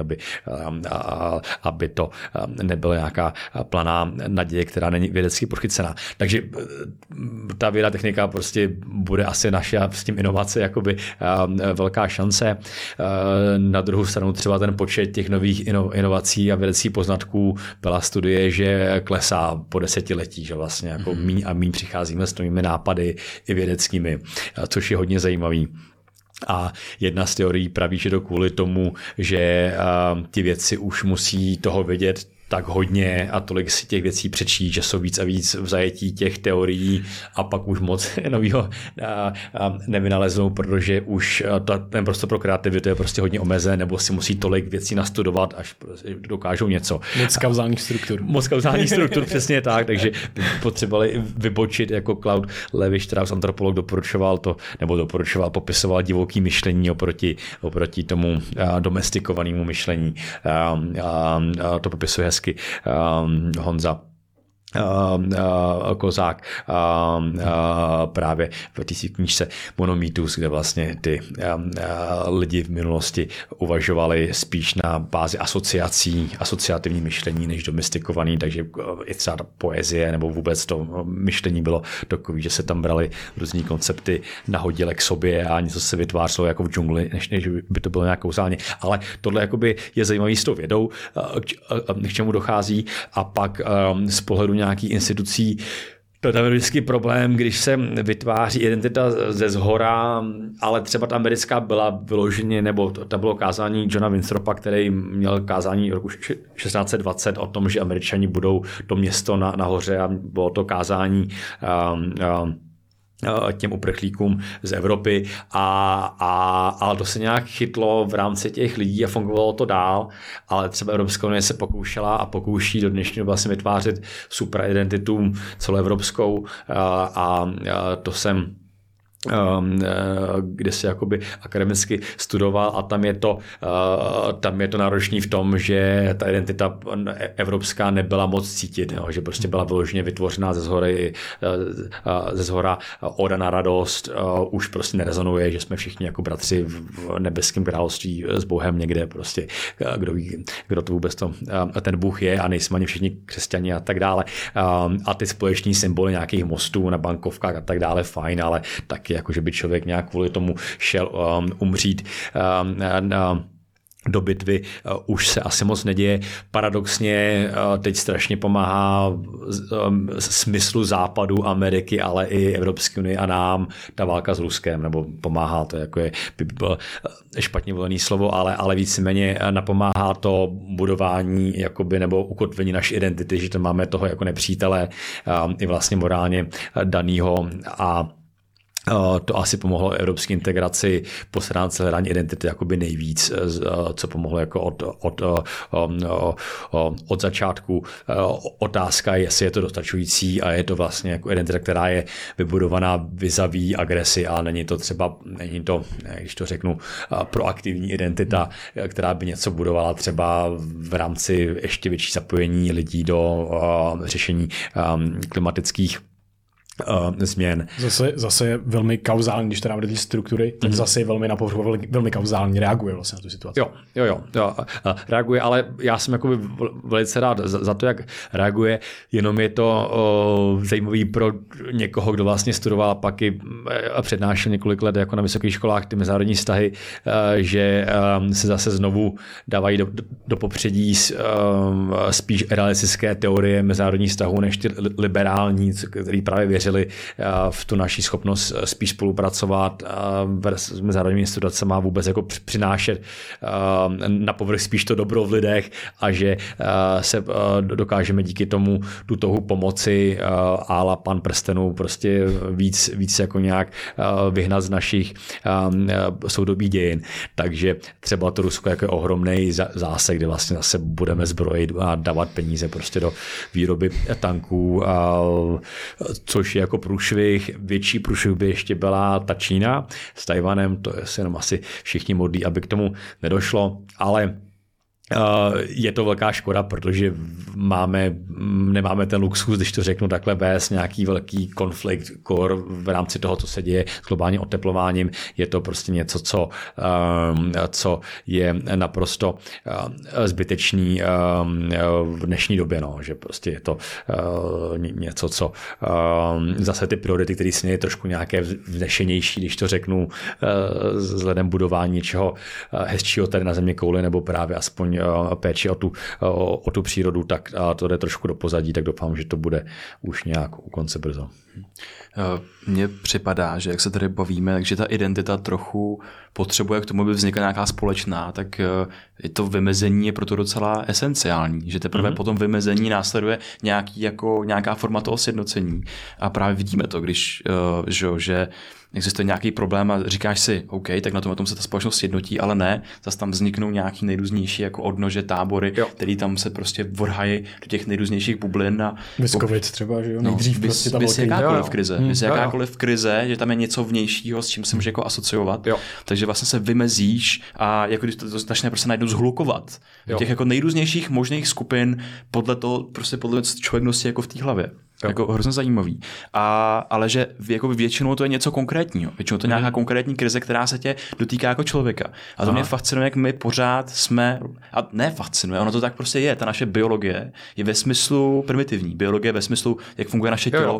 aby to nebyla nějaká planá naděje, která není vědecky podchycená. Takže ta věda technika prostě bude asi naše s tím inovace jakoby velká šance. Na druhou stranu třeba ten počet těch nových inovací a vědeckých poznatků byla studie, že klesá po desetiletí, že vlastně jako míň a méně přicházíme s novými nápady i vědeckými, což je hodně zajímavý. A jedna z teorií praví, že to kvůli tomu, že ti vědci už musí toho vědět tak hodně a tolik si těch věcí přečíst, že jsou víc a víc v zajetí těch teorií a pak už moc nového nevynaleznou, protože už ten prostor pro kreativitu je prostě hodně omezen, nebo si musí tolik věcí nastudovat, až dokážou něco. Moc kauzálních struktur, přesně tak, takže potřebovali vybočit, jako Claude Lévi-Strauss, antropolog, popisoval divoký myšlení oproti tomu domestikovanému myšlení. To popisuje hezky Honza Kozák právě v té knížce Monomýtus, kde vlastně ty lidi v minulosti uvažovali spíš na bázi asociativní myšlení než domestikovaný, takže i třeba ta poezie nebo vůbec to myšlení bylo takový, že se tam brali různý koncepty nahodile k sobě a něco se vytvářelo jako v džungli, než by to bylo nějak kouzálně. Ale tohle jakoby je zajímavý s tou vědou, k čemu dochází a pak z pohledu nějakých institucí to je vždycky problém, když se vytváří identita ze zhora, ale třeba ta americká byla vyloženě, nebo to bylo kázání Johna Winthropa, který měl kázání roku 1620 o tom, že Američani budou to město nahoře a bylo to kázání těm uprchlíkům z Evropy ale to se nějak chytlo v rámci těch lidí a fungovalo to dál, ale třeba Evropská unie se pokoušela a pokouší do dnešního vlastně vytvářet superidentitu celoevropskou a to jsem kde se jakoby akademicky studoval a tam je to náročný v tom, že ta identita evropská nebyla moc cítit, jo, že prostě byla vyloženě vytvořená ze zhora oda na radost, už prostě nerezonuje, že jsme všichni jako bratři v nebeském království s Bohem někde prostě, kdo ví, kdo to vůbec ten Bůh je a nejsme ani všichni křesťani a tak dále. A ty společní symboly nějakých mostů na bankovkách a tak dále, fajn, ale taky jako, že by člověk nějak kvůli tomu šel umřít do bitvy, už se asi moc neděje. Paradoxně teď strašně pomáhá smyslu západu, Ameriky, ale i Evropské unie a nám ta válka s Ruskem, nebo pomáhá to, jako by bylo špatně volený slovo, ale víceméně napomáhá to budování jakoby, nebo ukotvení naší identity, že to máme toho jako nepřítele i vlastně morálně danýho a to asi pomohlo evropské integraci po stránce hledání identity jakoby nejvíc, co pomohlo jako od začátku. Otázka je, jestli je to dostačující a je to vlastně jako identita, která je vybudovaná vis-a-vis agresi a není to, když to řeknu, proaktivní identita, která by něco budovala třeba v rámci ještě větší zapojení lidí do řešení klimatických změn. Zase je velmi kauzální, když to dáme do té struktury, tak zase je velmi na povrchu, velmi kauzální, reaguje vlastně na tu situaci. Jo, reaguje, ale já jsem jakoby velice rád za to, jak reaguje, jenom je to zajímavý pro někoho, kdo vlastně studoval a pak i přednášel několik let jako na vysokých školách ty mezinárodní vztahy, že se zase znovu dávají do popředí spíš realistické teorie mezinárodních vztahů než ty liberální, který právě věří v tu naši schopnost spíš spolupracovat s mezinárodními institucemi a vůbec jako přinášet na povrch spíš to dobro v lidech a že se dokážeme díky tomu tu touhu pomoci ála Pan prstenů prostě víc jako nějak vyhnat z našich soudobých dějin. Takže třeba to Rusko jako je ohromnej zásah, kde vlastně zase budeme zbrojit a dávat peníze prostě do výroby tanků, což je jako průšvih. Větší průšvih by ještě byla ta Čína s Tajvanem, to se jenom asi všichni modlí, aby k tomu nedošlo, ale je to velká škoda, protože nemáme ten luxus, když to řeknu takhle, vést nějaký velký konflikt v rámci toho, co se děje s globálním oteplováním. Je to prostě něco, co je naprosto zbytečný v dnešní době, no, že prostě je to něco, co zase ty priority, které si je trošku nějaké vznešenější, když to řeknu, vzhledem budování něčeho hezčího tady na země kouli, nebo právě aspoň aspoň péči o tu přírodu, tak to jde trošku do pozadí, tak doufám, že to bude už nějak u konce brzo. Mně připadá, že jak se tady bavíme, takže ta identita trochu potřebuje k tomu, aby vznikla nějaká společná, tak to vymezení je proto docela esenciální, že teprve po tom vymezení následuje nějaká forma toho sjednocení. A právě vidíme to, když že existuje nějaký problém a říkáš si, OK, tak na tom se ta společnost sjednotí, ale ne, zase tam vzniknou nějaký nejrůznější jako odnože tábory, který tam se prostě vrhají do těch nejrůznějších bublin. Covid třeba, že jo? Nejdřív prostě ta jakákoliv krize, že tam je něco vnějšího, s čím se může jako asociovat. Takže vlastně se vymezíš a jako když to začne prostě najednou zhlukovat do těch jako nejrůznějších možných skupin podle toho člověk nosí jako v té hlavě. Jako hrozně zajímavý. Ale že jako většinou to je něco konkrétního. Většinou to je nějaká konkrétní krize, která se tě dotýká jako člověka. A to mě fascinuje, jak my pořád jsme, a ne fascinuje, ono to tak prostě je. Ta naše biologie je ve smyslu primitivní. Biologie ve smyslu, jak funguje naše tělo,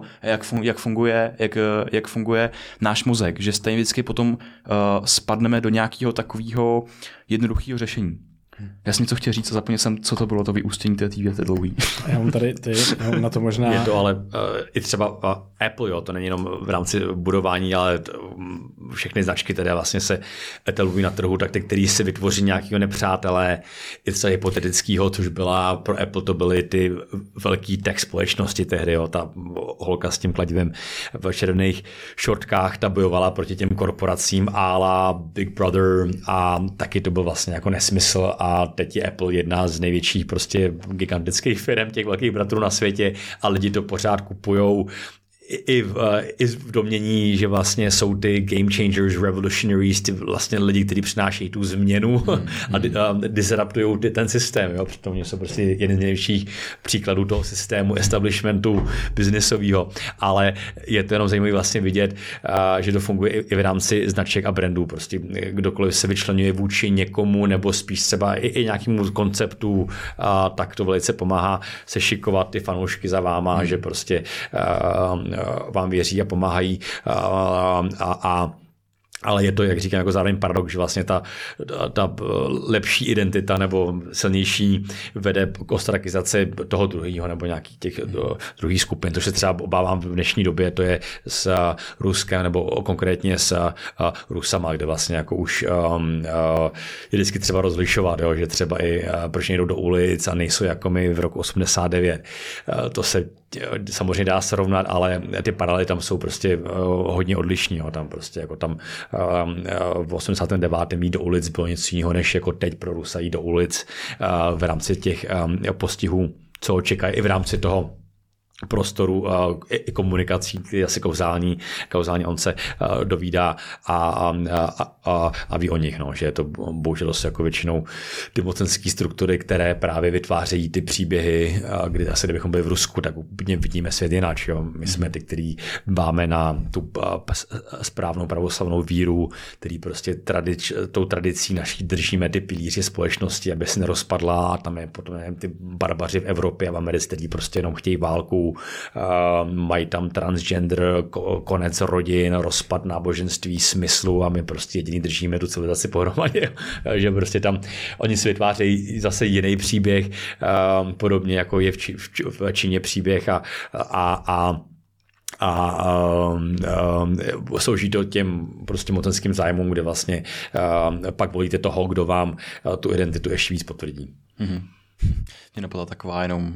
jak funguje náš mozek. Že stejně vždycky potom spadneme do nějakého takového jednoduchého řešení. Já jsem něco chtěl říct a zapomněl jsem, co to bylo, to vyústění té věty dlouhý. Já mám tady na to možná... Je to ale i třeba Apple, jo, to není jenom v rámci budování, ale všechny značky teda vlastně se etablují na trhu, tak ty, který si vytvoří nějakého nepřátelé, i třeba hypotetického, což byla pro Apple, to byly ty velký tech společnosti tehdy, jo, ta holka s tím kladivem v červených šortkách, ta bojovala proti těm korporacím a la Big Brother a taky to byl vlastně jako nesmysl. A teď je Apple jedna z největších prostě gigantických firm, těch velkých bratrů na světě a lidi to pořád kupujou i v domění, že vlastně jsou ty game changers, revolutionaries, ty vlastně lidi, kteří přinášejí tu změnu a disruptují ten systém. Jo? Přitom jsou prostě jeden z největších příkladů toho systému, establishmentu biznisového. Ale je to jenom zajímavé vlastně vidět, že to funguje i v rámci značek a brandů. Prostě kdokoliv se vyčleňuje vůči někomu nebo spíš třeba i nějakému konceptu, tak to velice pomáhá se šikovat ty fanoušky za váma, že prostě vám věří a pomáhají ale je to, jak říkám, jako zároveň paradox, že vlastně ta lepší identita nebo silnější vede k ostrakizaci toho druhého nebo nějakých těch druhých skupin. To se třeba obávám v dnešní době, to je s Ruskem nebo konkrétně s Rusama, kde vlastně jako už je vždycky třeba rozlišovat, jo, že třeba i proč nejdou do ulic a nejsou jako my v roku 89. To se samozřejmě dá srovnat, ale ty paralely tam jsou prostě hodně odlišní. Jo. Tam prostě jako tam v 89. jít do ulic bylo něco jiného, než jako teď pro Rusa jít do ulic v rámci těch postihů, co čekají i v rámci toho prostoru i komunikací, který asi kauzální on se dovídá a ví o nich, no, že je to bohužel jako většinou ty mocenské struktury, které právě vytvářejí ty příběhy, kdy asi kdybychom byli v Rusku, tak úplně vidíme svět jinak. Jo. My jsme ty, kteří dbáme na tu správnou pravoslavnou víru, který prostě tou tradicí naší držíme ty pilíře společnosti, aby se nerozpadla a tam je potom ty barbaři v Evropě a v Americe, kteří prostě jenom chtějí válku, mají tam transgender, konec rodin, rozpad náboženství, smyslu a my prostě jediný držíme tu civilizaci pohromadě. Že prostě tam oni si vytvářejí zase jiný příběh, podobně jako je v Číně příběh a slouží to těm prostě mocenským zájmům, kde vlastně pak volíte toho, kdo vám tu identitu ještě víc potvrdí. Mně napadla taková jenom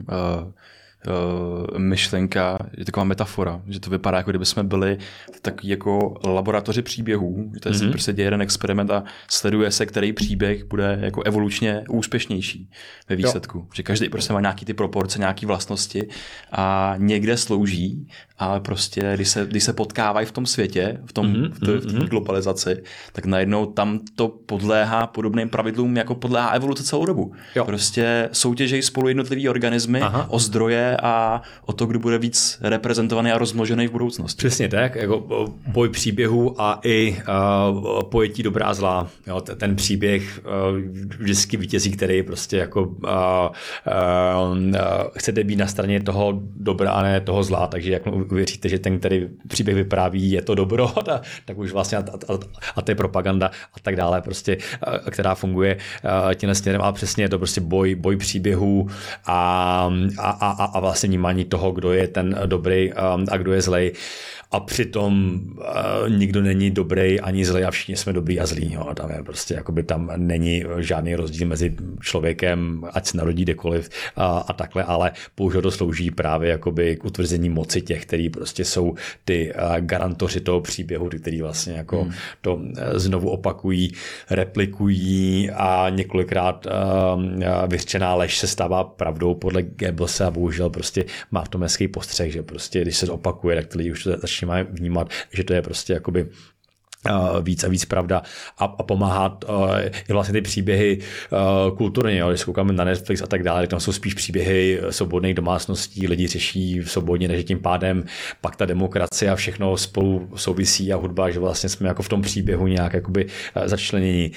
myšlenka, je taková metafora, že to vypadá, jako kdyby jsme byli v takový jako laboratoři příběhů, že tady se prostě děje jeden experiment a sleduje se, který příběh bude jako evolučně úspěšnější ve výsledku. Jo. Že každý prostě má nějaký ty proporce, nějaký vlastnosti a někde slouží, ale prostě když se potkávají v tom světě, v té globalizaci, tak najednou tam to podléhá podobným pravidlům, jako podléhá evoluce celou dobu. Jo. Prostě soutěžejí spolu jednotlivý organismy o zdroje, bude a o to, kdo bude víc reprezentovaný a rozmnožený v budoucnosti. Přesně tak, jako boj příběhu a i pojetí dobrá a zlá. Jo, ten příběh vždycky vítězí, který prostě jako chcete být na straně toho dobra a ne toho zla, takže jak uvěříte, že ten, který příběh vypráví, je to dobro, tak už vlastně a to je propaganda a tak dále, prostě, která funguje tímhle směrem, ale přesně je to prostě boj příběhů a vlastně vnímání toho, kdo je ten dobrý a kdo je zlej. A přitom nikdo není dobrý ani zlej a všichni jsme dobrý a zlí. Jo. Tam je prostě, jakoby tam není žádný rozdíl mezi člověkem, ať se narodí kdekoliv a takhle, ale bohužel to slouží právě jakoby k utvrzení moci těch, kteří prostě jsou ty garantoři toho příběhu, ty, kteří vlastně jako to znovu opakují, replikují a několikrát vyřčená lež se stává pravdou podle Goebbelse a bohužel prostě má v tom hezký postřeh, že prostě když se to opakuje, tak ty lidi už to začínají vnímat, že to je prostě jakoby víc a víc pravda a pomáhat i vlastně ty příběhy kulturně, jo, když koukáme na Netflix a tak dále, tam jsou spíš příběhy svobodných domácností, lidi řeší svobodně, než tím pádem pak ta demokracie a všechno spolu souvisí a hudba, že vlastně jsme jako v tom příběhu nějak jakoby začlenění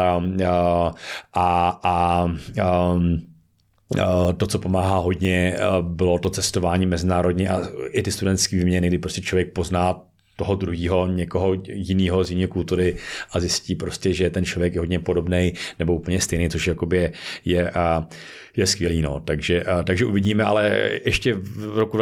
to, co pomáhá hodně, bylo to cestování mezinárodně a i ty studentské výměny, kdy prostě člověk pozná toho druhého, někoho jiného z jiné kultury a zjistí prostě, že ten člověk je hodně podobný nebo úplně stejný, což jakoby je skvělý. No. Takže uvidíme, ale ještě v roku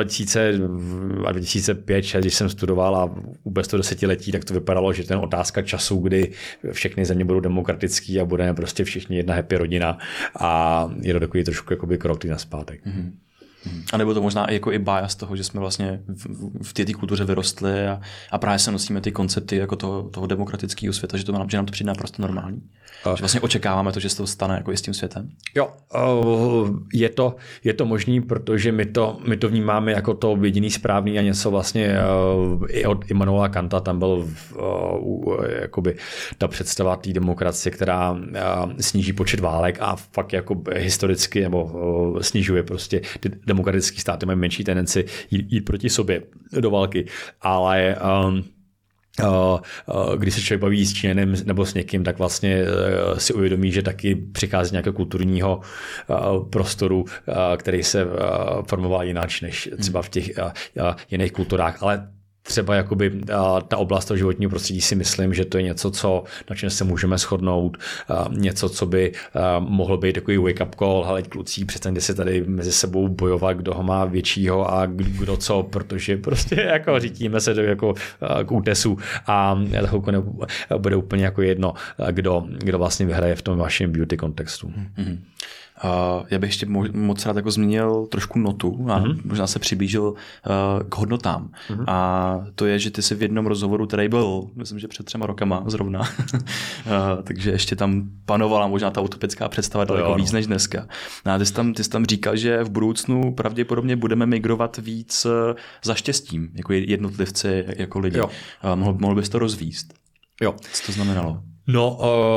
2005, když jsem studoval a vůbec to desetiletí, tak to vypadalo, že ten otázka času, kdy všechny země budou demokratický a budeme prostě všichni jedna happy rodina a je to takový trošku jakoby krok nazpátek. Mm-hmm. A nebo to možná jako i bias toho, že jsme vlastně v té kultuře vyrostli a právě se nosíme ty koncepty jako toho demokratického světa, že nám to přijde naprosto normální. Že vlastně očekáváme to, že se to stane jako i s tím světem. Jo, je to možný, protože my to vnímáme jako to jediný správný a něco vlastně i od Immanuela Kanta tam byl jakoby ta představa té demokracie, která sníží počet válek a fakt jako historicky nebo snižuje prostě ty demokratické státy mají menší tendenci jít proti sobě do války, ale když se člověk baví s Číňanem nebo s někým, tak vlastně si uvědomí, že taky přichází z nějakého kulturního prostoru, který se formoval jináč než třeba v těch jiných kulturách, ale třeba jakoby ta oblast toho životního prostředí si myslím, že to je něco, na čem se můžeme shodnout, něco, co by mohlo být takový wake-up call, hele kluci, přestaňte se tady mezi sebou bojovat, kdo ho má většího a kdo co, protože prostě jako řítíme se jako k útesu a za chvilku bude úplně jako jedno, kdo vlastně vyhraje v tom vašem beauty kontextu. Mm-hmm. Já bych ještě moc rád jako zmínil trošku notu a možná se přiblížil k hodnotám. A to je, že ty jsi v jednom rozhovoru, který byl, myslím, že před 3 rokama zrovna, takže ještě tam panovala možná ta utopická představa daleko víc než dneska. A ty jsi tam říkal, že v budoucnu pravděpodobně budeme migrovat víc za štěstím, jako jednotlivci, jako lidi. Mohl bys to rozvíst? Jo. Co to znamenalo? No,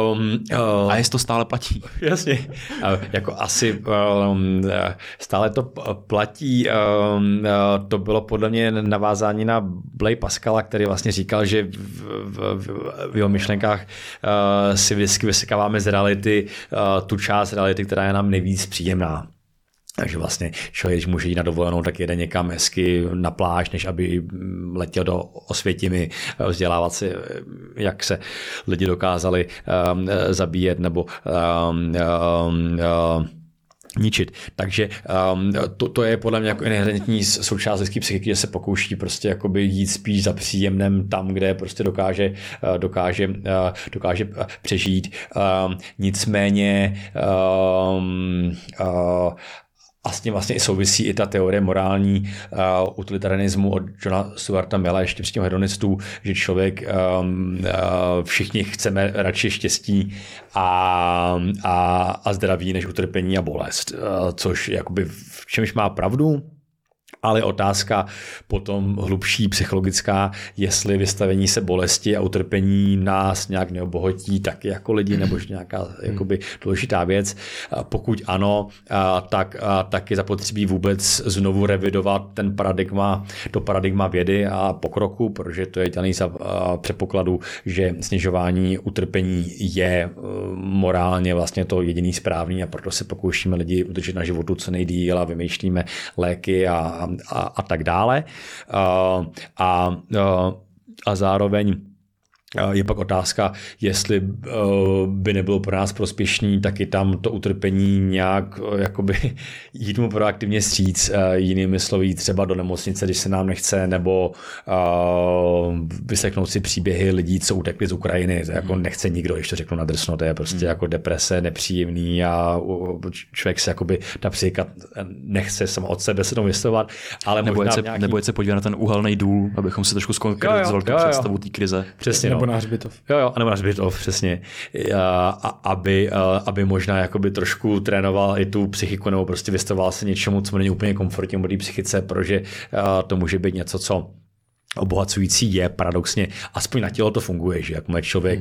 a jestli to stále platí? Jasně, jako asi stále to platí. To bylo podle mě navázání na Blaise Pascala, který vlastně říkal, že v jeho myšlenkách si vždycky vysekáváme z reality tu část reality, která je nám nejvíc příjemná. Takže vlastně člověk, když může jít na dovolenou, tak jede někam hezky na pláž, než aby letěl do Osvětimi, vzdělávat se, jak se lidi dokázali zabíjet nebo ničit. Takže to je podle mě jako inherentní součást lidské psychiky, že se pokouší prostě jakoby jít spíš za příjemnem tam, kde prostě dokáže přežít. Nicméně a s tím vlastně i souvisí i ta teorie morální utilitarianismu od Johna StuartaIlla, ještě z těch hedonistů, že člověk, všichni chceme radši štěstí a zdraví než utrpení a bolest, což jakoby v čemž má pravdu, ale otázka potom hlubší psychologická, jestli vystavení se bolesti a utrpení nás nějak neobohotí taky jako lidi, nebo nějaká jakoby důležitá věc. Pokud ano, tak je zapotřebí vůbec znovu revidovat to paradigma vědy a pokroku, protože to je dělaný za předpokladu, že snižování utrpení je morálně vlastně to jediný správný a proto se pokoušíme lidi udržet na životu co nejdýl a vymýšlíme léky a tak dále. A zároveň je pak otázka, jestli by nebylo pro nás prospěšný taky tam to utrpení nějak jakoby jít mu proaktivně stříc, jinými slovy třeba do nemocnice, když se nám nechce, nebo vyslechnout si příběhy lidí, co utekli z Ukrajiny. To jako nechce nikdo, když to řeknu nadrsno, to je prostě jako deprese, nepříjemný a člověk se jakoby ta psychika nechce sama od sebe se tomu vystovat, ale nebo se podívat na ten uhelný důl, abychom si trošku zkonkretizovali tu představu té krize. Přesně. Nebo na hřbitov. Nebo na hřbitov, přesně. Aby možná jakoby trošku trénoval i tu psychiku, nebo prostě vystavoval se něčemu, co mu není úplně komfortní v té psychice, protože to může být něco, co obohacující je paradoxně, aspoň na tělo to funguje, že jakmile člověk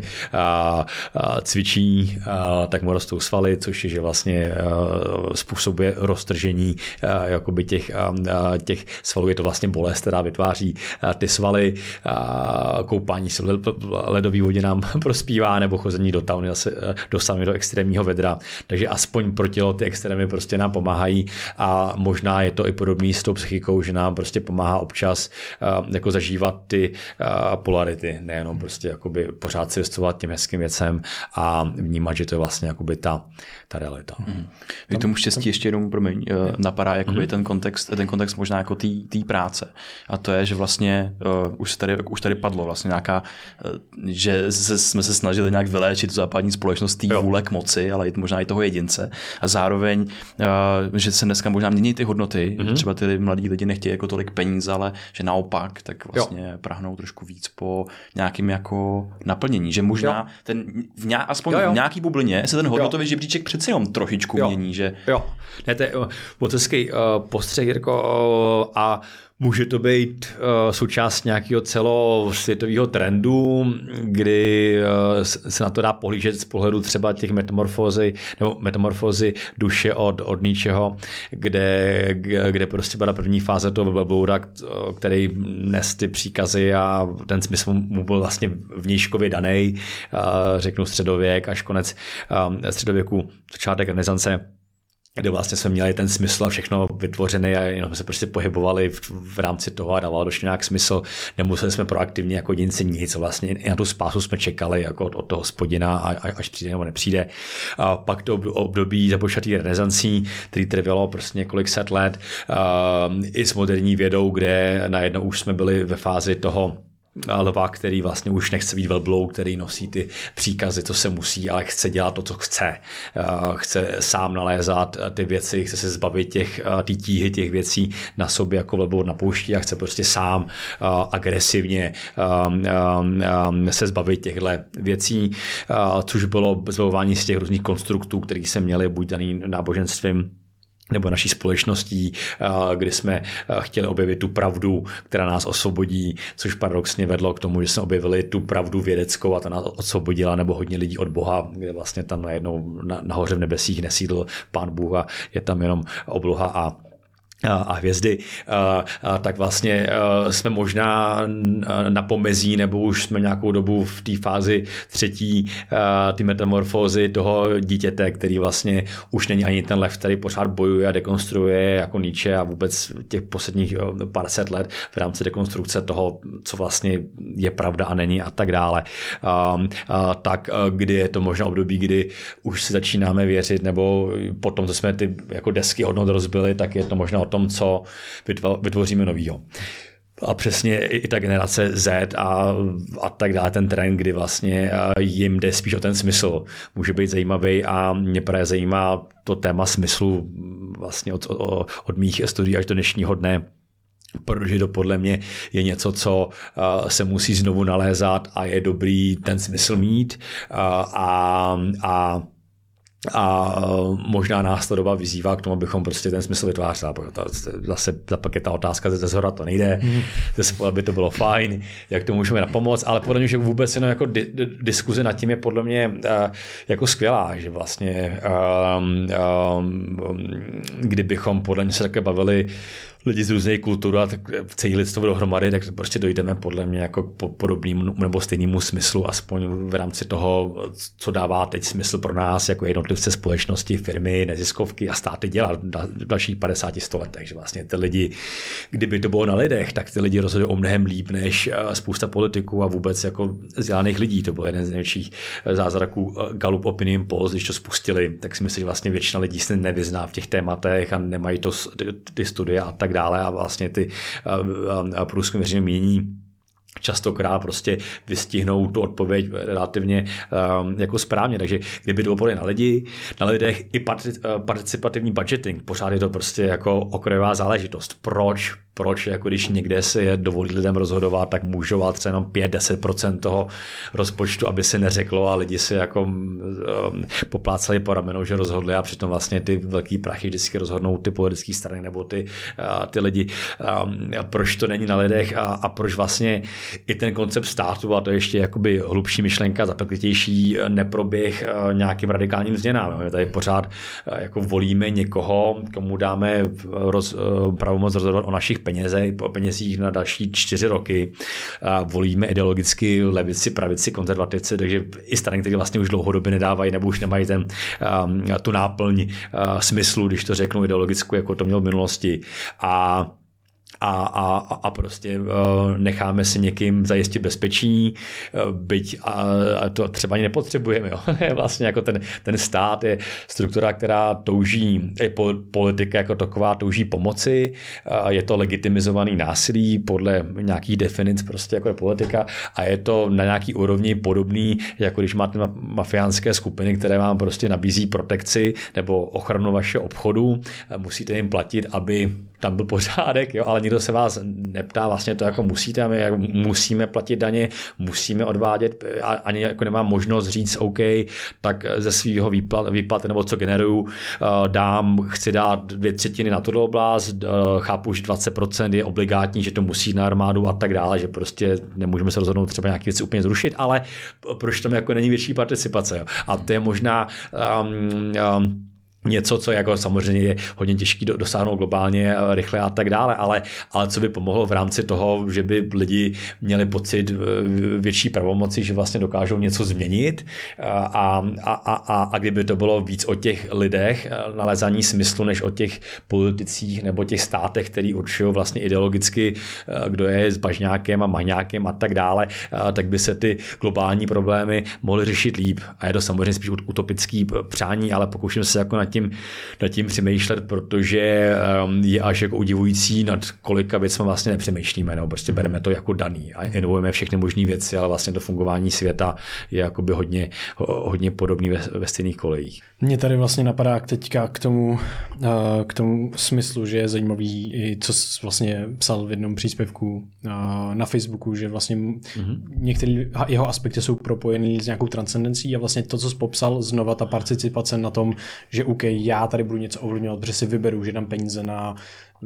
cvičí, tak mu rostou svaly, což je, že vlastně způsobuje roztržení jakoby těch svalů, je to vlastně bolest, která vytváří ty svaly, koupání se v ledové vodě nám prospívá, nebo chození do sauny do extrémního vedra, takže aspoň pro tělo ty extrémy prostě nám pomáhají a možná je to i podobný s tou psychikou, že nám prostě pomáhá občas jako zažívat ty polarity, nejenom prostě jakoby pořád si vystavovat těm hezkým věcem a vnímat, že to je vlastně jakoby ta realita. K tomu štěstí ještě jenom napadá jakoby ten kontext možná jako té práce. A to je, že vlastně už tady padlo vlastně nějaká, že jsme se snažili nějak vyléčit západní společnost té vůle k moci, ale možná i toho jedince. A zároveň, že se dneska možná mění ty hodnoty, třeba ty mladí lidi nechtějí jako tolik peníze, ale že naopak, tak vlastně prahnou trošku víc po nějakým jako naplnění, že možná aspoň v nějaký bublině se ten hodnotový žebříček přeci jenom trošičku mění, že... Jo, ne, to je moc hezký postřeh, Jirko, a může to být součást nějakého celosvětového trendu, kdy se na to dá pohlížet z pohledu třeba těch metamorfózy duše od ničeho, kde prostě byla první fáze toho velblouda, který nes ty příkazy a ten smysl mu byl vlastně vnějškově daný, řeknu středověk až konec středověku, začátek renesance, kde vlastně jsme měli ten smysl a všechno vytvořené a jenom se prostě pohybovali v rámci toho a dávalo to nějak smysl. Nemuseli jsme proaktivně jako jedinci nic, vlastně i na tu spásu jsme čekali jako od toho Hospodina, až přijde nebo nepřijde. A pak to období započatý renesancí, který trvalo prostě několik set let, i s moderní vědou, kde najednou už jsme byli ve fázi toho lva, který vlastně už nechce být velblou, který nosí ty příkazy, co se musí, ale chce dělat to, co chce. Chce sám nalézat ty věci, chce se zbavit ty tíhy těch věcí na sobě jako velbloud na poušti a chce prostě sám agresivně se zbavit těchto věcí, což bylo zbavování z těch různých konstruktů, které se měly buď daný náboženstvím nebo naší společností, kdy jsme chtěli objevit tu pravdu, která nás osvobodí, což paradoxně vedlo k tomu, že jsme objevili tu pravdu vědeckou a ta nás osvobodila, nebo hodně lidí od Boha, kde vlastně tam najednou nahoře v nebesích nesídl Pán Bůh a je tam jenom obloha a hvězdy, tak vlastně jsme možná na pomezí, nebo už jsme nějakou dobu v té fázi třetí, ty metamorfózy toho dítěte, který vlastně už není ani ten lev, který pořád bojuje a dekonstruuje jako Nietzsche a vůbec těch posledních pár set let v rámci dekonstrukce toho, co vlastně je pravda a není a tak dále. Tak kdy je to možná období, kdy už si začínáme věřit, nebo potom, co jsme ty jako desky hodnot rozbili, tak je to možná o tom, co vytvoříme novýho. A přesně i ta generace Z a tak dále, ten trend, kdy vlastně jim jde spíš o ten smysl. Může být zajímavý a mě právě zajímá to téma smyslu vlastně od mých studií až do dnešního dne, protože to podle mě je něco, co se musí znovu nalézat a je dobrý ten smysl mít a A možná nás ta doba vyzývá k tomu, abychom prostě ten smysl vytvářeli. Zase pak je ta otázka ze zhora, to nejde, zase by to bylo fajn, jak to můžeme napomoct, ale podle mě, že vůbec jenom jako diskuze nad tím je podle mě jako skvělá, že vlastně kdybychom podle mě se také bavili lidi z různých kultur a tak celý lidstvo dohromady, tak prostě dojdeme podle mě jako po podobnému nebo stejnému smyslu, aspoň v rámci toho, co dává teď smysl pro nás jako jednotlivce společnosti, firmy, neziskovky a státy dělat v dalších 50-100 letech. Takže vlastně ty lidi, kdyby to bylo na lidech, tak ty lidi rozhodují o mnohem líp než spousta politiků a vůbec jako vzdělaných lidí. To byl jeden z největších zázraků Gallup Opinion Polls, když to spustili, tak si myslím, že vlastně většina lidí se nevyzná v těch tématech a nemají to ty studie a tak dále a vlastně ty průzkumy veřejného mínění častokrát prostě vystihnou tu odpověď relativně jako správně. Takže kdyby to bylo na lidech i participativní budgeting, pořád je to prostě jako okrajová záležitost. Proč, jako když někde se je dovolí lidem rozhodovat, tak můžou třeba jenom 5-10% toho rozpočtu, aby se neřeklo a lidi si jako poplácali po ramenou, že rozhodli a přitom vlastně ty velký prachy vždycky rozhodnou ty politické strany nebo ty lidi. Proč to není na lidech a proč vlastně i ten koncept státu, a to je ještě jakoby hlubší myšlenka, zapeklitější, neproběh nějakým radikálním změnám. My tady pořád jako volíme někoho, komu dáme pravomoc rozhodovat o našich penězích na další 4 roky. Volíme ideologicky levici, pravici, konzervativci, takže i strany, které vlastně už dlouhodobě nedávají nebo už nemají tu náplň smyslu, když to řeknu ideologickou, jako to mělo v minulosti. A prostě necháme si někým zajistit bezpečí, byť a to třeba ani nepotřebujeme. Jo. Vlastně jako ten stát je struktura, která touží, je politika jako taková touží pomoci, je to legitimizovaný násilí podle nějakých definic prostě jako je politika a je to na nějaký úrovni podobný, jako když máte mafiánské skupiny, které vám prostě nabízí protekci nebo ochranu vašeho obchodu, musíte jim platit, aby tam byl pořádek, jo, ale nikdo se vás neptá, vlastně to jako musíte, a my jako musíme platit daně, musíme odvádět, ani jako nemám možnost říct OK, tak ze svého výplaty nebo co generuju, chci dát 2/3 na tuto oblast, chápu, že 20% je obligátní, že to musí na armádu a tak dále, že prostě nemůžeme se rozhodnout třeba nějaké věci úplně zrušit, ale proč tam jako není větší participace, jo? A to je možná něco, co jako samozřejmě je hodně těžký dosáhnout globálně, rychle a tak dále, ale co by pomohlo v rámci toho, že by lidi měli pocit větší pravomoci, že vlastně dokážou něco změnit a kdyby to bylo víc o těch lidech, nalezání smyslu, než o těch politicích nebo těch státech, který určují vlastně ideologicky, kdo je s bažňákem a mahňákem a tak dále, tak by se ty globální problémy mohly řešit líp. A je to samozřejmě spíš utopický přání, ale pokouším se jako nad tím přemýšlet, protože je až jako udivující, nad kolika věcmi vlastně nepřemýšlíme, nebo prostě bereme to jako daný a inovujeme všechny možné věci, ale vlastně to fungování světa je jakoby hodně podobný ve stejných kolejích. Mně tady vlastně napadá teďka k tomu smyslu, že je zajímavý, co vlastně psal v jednom příspěvku na Facebooku, že vlastně některé jeho aspekty jsou propojený s nějakou transcendencí a vlastně to, co jsi popsal, znova ta participace na tom, že OK, já tady budu něco ovlivňovat, protože si vyberu, že dám peníze na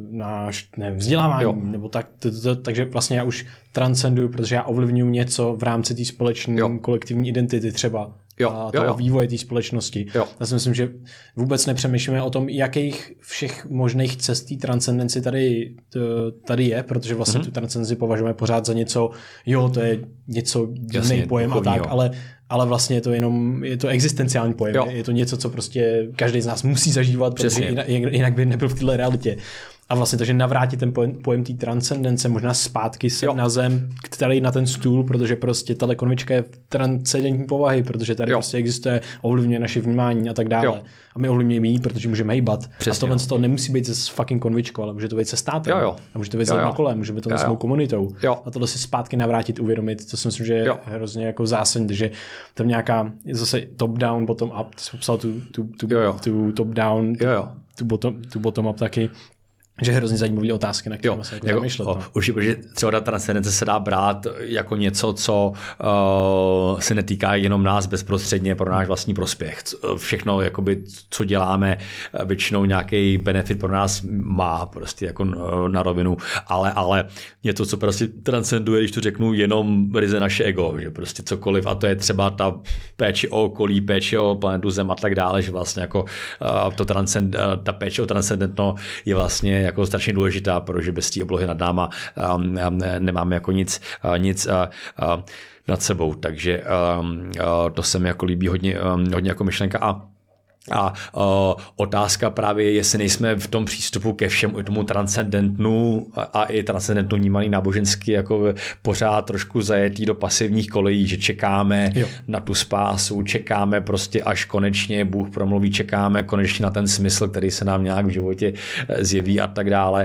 vzdělávání, nebo tak, takže vlastně já už transcenduju, protože já ovlivňuji něco v rámci té společné kolektivní identity třeba. A toho vývoje té společnosti. Já si myslím, že vůbec nepřemýšlíme o tom, jakých všech možných cest té transcendenci tady je, protože vlastně tu transcendenci považujeme pořád za něco, to je něco jiný pojem a tak, ale vlastně je to existenciální pojem. Je to něco, co prostě každý z nás musí zažívat, protože jinak by nebyl v této realitě. A vlastně takže navrátit ten pojem té transcendence možná zpátky na zem, který na ten stůl, protože prostě tahle konvička je transcendentní povahy, protože tady prostě existuje, ovlivňuje naše vnímání a tak dále. A my ovlivňujeme jí, protože můžeme hýbat. A tohle to nemusí být se fucking konvičkou, ale může to být se státem. A může to být na kole, může být to s mou komunitou. A tohle si zpátky navrátit, uvědomit, to si myslím, že je hrozně jako zásadní, že tam nějaká zase top down, bottom up, ty jsi popsal tu top down, tu bottom up taky. že hrozně zajímavé otázky, na které se jako zamýšlet. Určitě, protože třeba ta transcendence se dá brát jako něco, co se netýká jenom nás bezprostředně pro náš vlastní prospěch. Všechno, jakoby, co děláme, většinou nějaký benefit pro nás má prostě jako na rovinu, ale něco, co prostě transcenduje, když to řeknu, jenom ryze naše ego, že prostě cokoliv, a to je třeba ta péče o okolí, péče o planetu Zem a tak dále, že vlastně jako ta péče o transcendentno je vlastně jako strašně důležitá, protože bez té oblohy nad náma nemáme jako nic nad sebou, takže to se mi jako líbí hodně jako myšlenka. A otázka právě je, jestli nejsme v tom přístupu ke všemu i tomu transcendentnu a i transcendentnu vnímaný nábožensky jako pořád trošku zajetý do pasivních kolejí, že čekáme na tu spásu, čekáme prostě až konečně Bůh promluví, čekáme konečně na ten smysl, který se nám nějak v životě zjeví a tak dále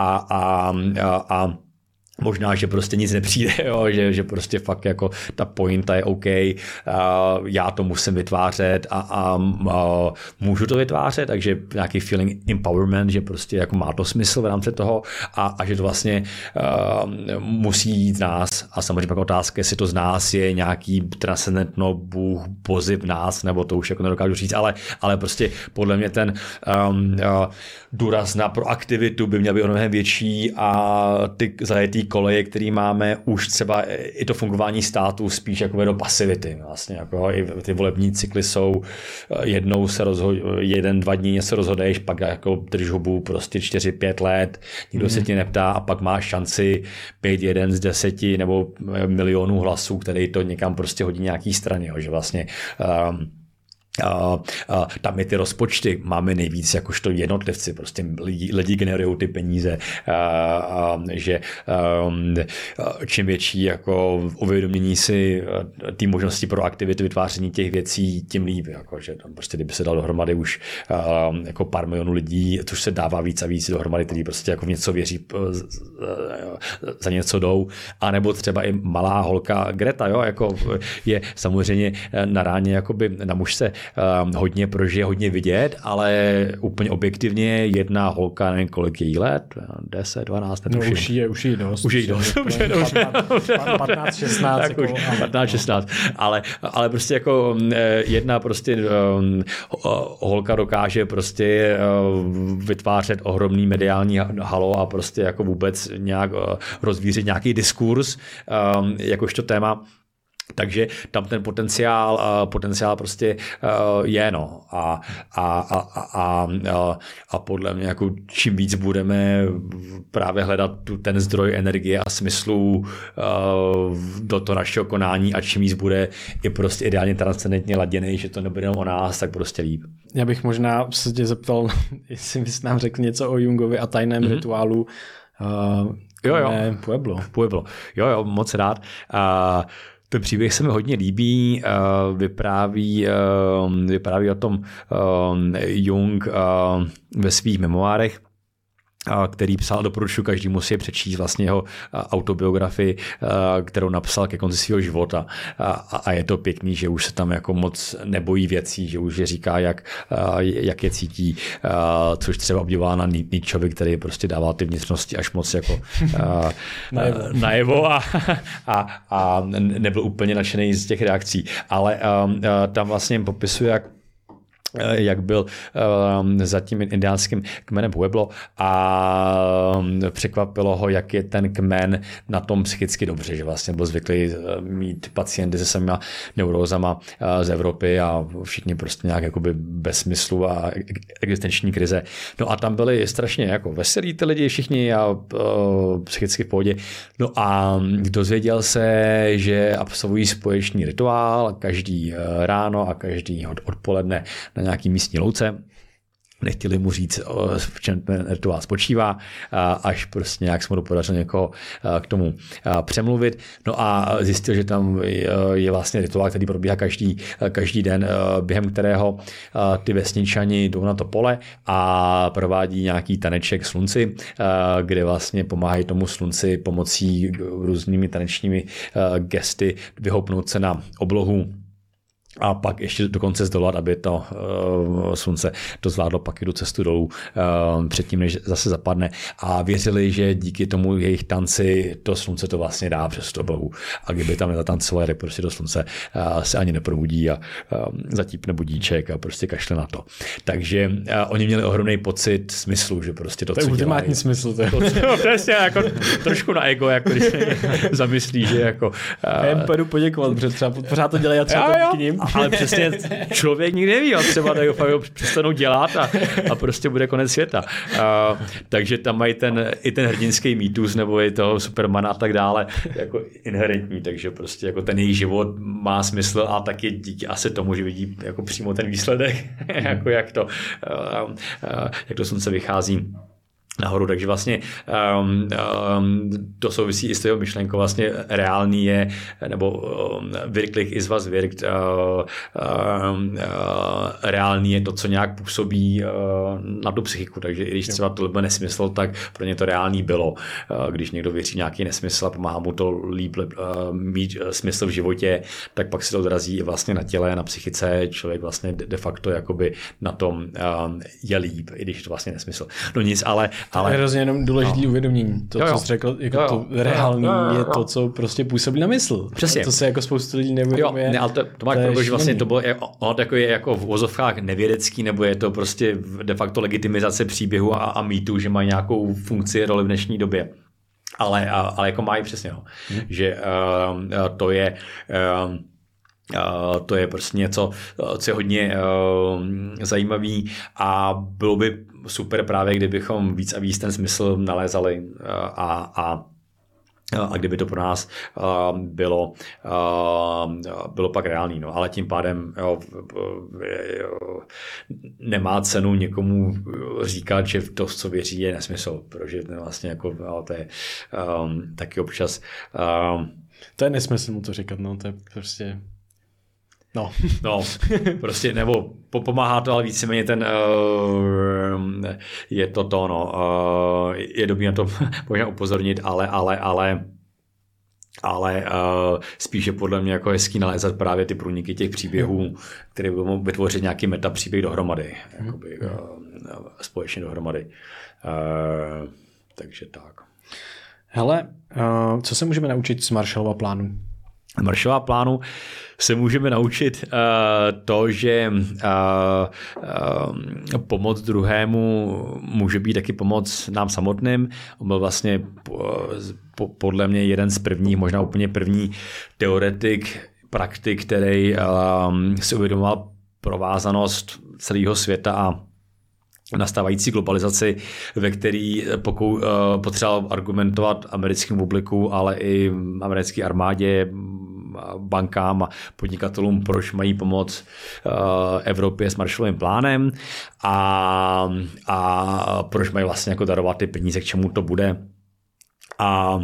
a možná, že prostě nic nepřijde, jo? Že prostě fakt jako ta pointa je OK, já to musím vytvářet a můžu to vytvářet, takže nějaký feeling empowerment, že prostě jako má to smysl v rámci toho a že to vlastně musí jít z nás a samozřejmě pak otázka, jestli to z nás je nějaký transcendentno Bůh poziv v nás, nebo to už jako nedokážu říct, ale prostě podle mě ten důraz na proaktivitu by měl být mnohem větší a ty zajetý koleje, který máme, už třeba i to fungování státu spíš jako do pasivity. Vlastně jako i ty volební cykly jsou jednou se 1-2 dní se rozhoduješ, pak jako drž hubu prostě 4-5 let, nikdo se tě neptá a pak máš šanci být 1 z 10 nebo milionů hlasů, který to někam prostě hodí nějaký straně, že vlastně tam je ty rozpočty, máme nejvíc jakožto jednotlivci, prostě lidi generují ty peníze, že čím větší jako uvědomění si té možnosti pro aktivity vytváření těch věcí, tím líp, jako, že tam prostě kdyby se dal dohromady už jako pár milionů lidí, což se dává víc a víc dohromady, který prostě jako v něco věří, za něco jdou, anebo třeba i malá holka Greta, jo, jako je samozřejmě na ráně jakoby na mužce hodně, protože je hodně vidět, ale úplně objektivně jedna holka, nevím kolik je jí let, 10, 12, no, už je dost. Už je dost. 15, 16. Tak už, 15, 16. Ale prostě jako jedna prostě holka dokáže prostě vytvářet ohromný mediální halo a prostě jako vůbec nějak rozvířit nějaký diskurs jakožto téma. Takže tam ten potenciál prostě je, no. A podle mě jako čím víc budeme právě hledat ten zdroj energie a smyslu do toho našeho konání a čím víc bude i prostě ideálně transcendentně laděný, že to nebude o nás, tak prostě líp. Já bych možná se tě zeptal, jestli bys nám řekl něco o Jungovi a tajném rituálu Pueblo. Jo, moc rád. Ten příběh se mi hodně líbí, vypráví o tom Jung ve svých memoárech, který psal, doporučuji každému si je přečíst vlastně jeho autobiografii, kterou napsal ke konci svého života. A je to pěkný, že už se tam jako moc nebojí věcí, že už je říká, jak je cítí, což třeba obdivovala na Nietzscheovi, který prostě dával ty vnitřnosti až moc jako najevo a nebyl úplně nadšený z těch reakcí. Ale tam vlastně popisuje, jak byl za tím indiánským kmenem Pueblo a překvapilo ho, jak je ten kmen na tom psychicky dobře, že vlastně byl zvyklý mít pacienty se samýma neurózama z Evropy a všichni prostě nějak jakoby bez smyslu a existenční krize. No a tam byli strašně jako veselí ty lidi všichni a psychicky v pohodě. No a dozvěděl se, že absolvují společný rituál každý ráno a každý odpoledne na nějaký místní louce. Nechtěli mu říct, v čem ten rituál spočívá, až prostě nějak se mu podařilo někoho k tomu přemluvit. No a zjistil, že tam je vlastně rituál, který probíhá každý den, během kterého ty vesničani jdou na to pole a provádí nějaký taneček slunci, kde vlastně pomáhají tomu slunci pomocí různými tanečními gesty vyhoupnout se na oblohu a pak ještě dokonce zdolat, aby to slunce to zvládlo pak i tu cestu dolů předtím, než zase zapadne. A věřili, že díky tomu jejich tanci to slunce to vlastně dá přes tu oblohu. A kdyby tam nezatancovali, tak prostě to slunce se ani neprobudí a zatípne budíček a prostě kašle na to. Takže oni měli ohromný pocit smyslu, že prostě to, co dělají. To je ultimátní smysl. To je přesně jako trošku na ego, jako když zamyslí, že jako... Já jim půjdu poděkovat, protože třeba pořád to dělají a třeba k ním. Ale přesně člověk nikdy neví, třeba tak přestanou dělat a prostě bude konec světa. Takže tam mají i ten hrdinský mýtus nebo i toho Supermana a tak dále jako inherentní, takže prostě jako ten jejich život má smysl a taky díky asi tomu, že vidí jako přímo ten výsledek, jako jak to slunce vychází nahoru, takže vlastně to souvisí i s jeho myšlenkou, vlastně reálný je, nebo wirklich ist was wirkt, reálný je to, co nějak působí na tu psychiku, takže i když třeba to byl nesmysl, tak pro ně to reálný bylo. Když někdo věří nějaký nesmysl a pomáhá mu to líp mít smysl v životě, tak pak se to odrazí vlastně na těle, na psychice, člověk vlastně de facto jakoby na tom je líp, i když to vlastně nesmysl. No nic, ale je hrozně jenom důležitý uvědomění. To, co jsi řekl, jako to reálný je to, co prostě působí na mysl. Přesně. To se jako spoustu lidí neuvědomuje. Ne, ale to máš pravdu, že vlastně to bylo jako v uvozovkách nevědecký, nebo je to prostě de facto legitimizace příběhu a mýtu, že mají nějakou funkci, roli v dnešní době. Ale jako mají přesně, že to je prostě něco, co je hodně zajímavý a bylo by super právě, kdybychom víc a víc ten smysl nalézali a kdyby to pro nás bylo pak reálný. No. Ale tím pádem nemá cenu někomu říkat, že to, co věří, je nesmysl, protože vlastně jako, to je taky občas... To je nesmysl mu to říkat, no, to je prostě... No, prostě, nebo pomáhá to, ale víceméně je je dobrý na to možná upozornit, ale spíše podle mě jako hezký nalézat právě ty průniky těch příběhů, které budou vytvořit nějaký metapříběh dohromady, jakoby, společně dohromady. Takže tak. Hele, co se můžeme naučit z Marshallova plánu? Marshallova plánu se můžeme naučit to, že pomoc druhému může být taky pomoc nám samotným. On byl vlastně podle mě jeden z prvních, možná úplně první teoretik, praktik, který si uvědomoval provázanost celého světa a nastávající globalizaci, ve který potřeboval argumentovat americkému publiku, ale i americké armádě, bankám a podnikatelům, proč mají pomoct Evropě s Marshallovým plánem a proč mají vlastně jako darovat ty peníze, k čemu to bude. A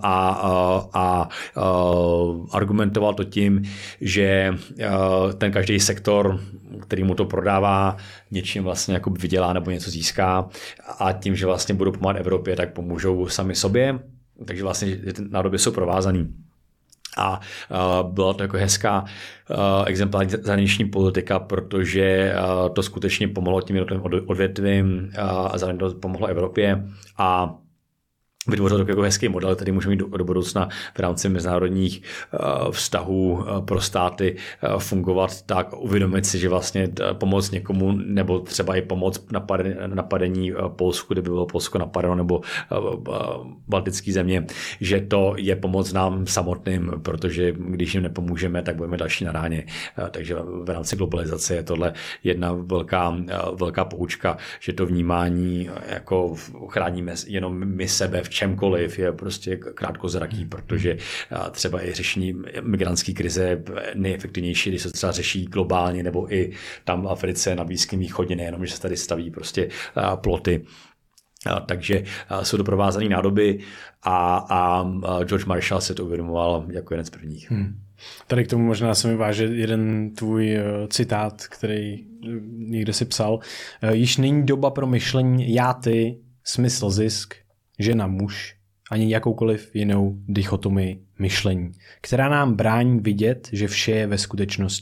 argumentoval to tím, že ten každý sektor, který mu to prodává, něčím vlastně jako vydělá nebo něco získá a tím, že vlastně budou pomáhat Evropě, tak pomůžou sami sobě, takže vlastně národy jsou provázaný. A byla to jako hezká exemplární zahraniční politika, protože to skutečně pomohlo tím jednotlivým odvětvím a zároveň to pomohlo Evropě a vytvořil takový jako hezký model, který může mít do budoucna v rámci mezinárodních vztahů pro státy fungovat tak, uvědomit si, že vlastně pomoc někomu, nebo třeba i pomoc napadení Polsku, kdyby bylo Polsko napadeno, nebo baltické země, že to je pomoc nám samotným, protože když jim nepomůžeme, tak budeme další na ráně. Takže v rámci globalizace je tohle jedna velká poučka, že to vnímání jako chráníme jenom my sebe v čemkoliv je prostě krátkozraký, protože třeba i řešení migrantské krize je nejefektivnější, když se třeba řeší globálně nebo i tam v Africe na Blízkém východě, nejenom, že se tady staví prostě ploty. Takže jsou to provázané nádoby a George Marshall se to uvědomoval jako jeden z prvních. Tady k tomu možná se mi váže jeden tvůj citát, který někde si psal. Již není doba pro myšlení já, ty, smysl, zisk, žena, muž, ani jakoukoliv jinou dichotomii myšlení, která nám brání vidět, že vše je ve skutečnosti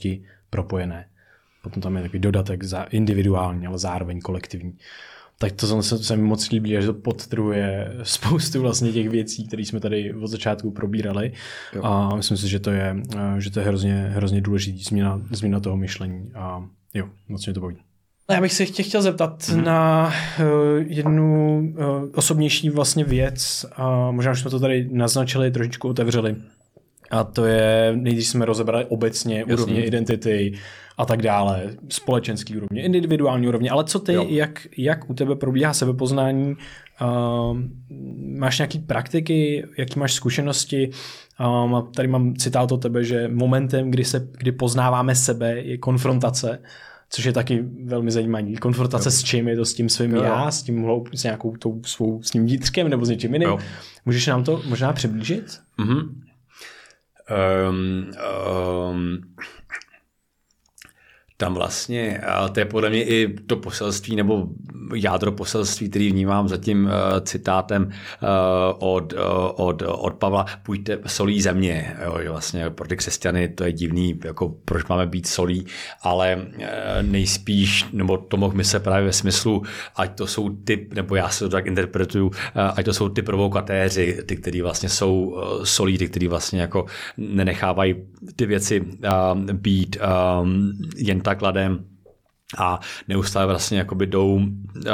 propojené. Potom tam je takový dodatek individuální, ale zároveň kolektivní. Tak to se mi moc líbí, že to podtrhuje spoustu vlastně těch věcí, které jsme tady od začátku probírali. Jo. A myslím si, že to je hrozně důležitý změna toho myšlení. A jo, moc mě to baví. Já bych se chtěl zeptat na jednu osobnější vlastně věc. A možná už jsme to tady naznačili, trošičku otevřeli. A to je, nejdřív jsme rozebrali obecně úrovně identity a tak dále, společenský úrovně, individuální úrovně, ale co ty, jak u tebe probíhá sebepoznání, máš nějaký praktiky, jaký máš zkušenosti, tady mám citát od tebe, že momentem, kdy poznáváme sebe, je konfrontace, což je taky velmi zajímavý. Konfrontace s čím? Je to s tím svým já, s nějakou tou svou, s tím vnitřkem nebo s něčím jiným? Můžeš nám to možná přiblížit? Tam vlastně, to je podle mě i to poselství nebo jádro poselství, který vnímám za tím citátem od Pavla, buďte solí země, jo, že vlastně pro ty křesťany to je divný, jako proč máme být solí, ale nejspíš, nebo to mohl myslet právě ve smyslu, ať to jsou ty, nebo já se to tak interpretuju, ať to jsou ty provokatéři, ty, kteří vlastně jsou solí, ty, kteří vlastně jako nenechávají ty věci být jen tak ladem a neustále vlastně jakoby jdou,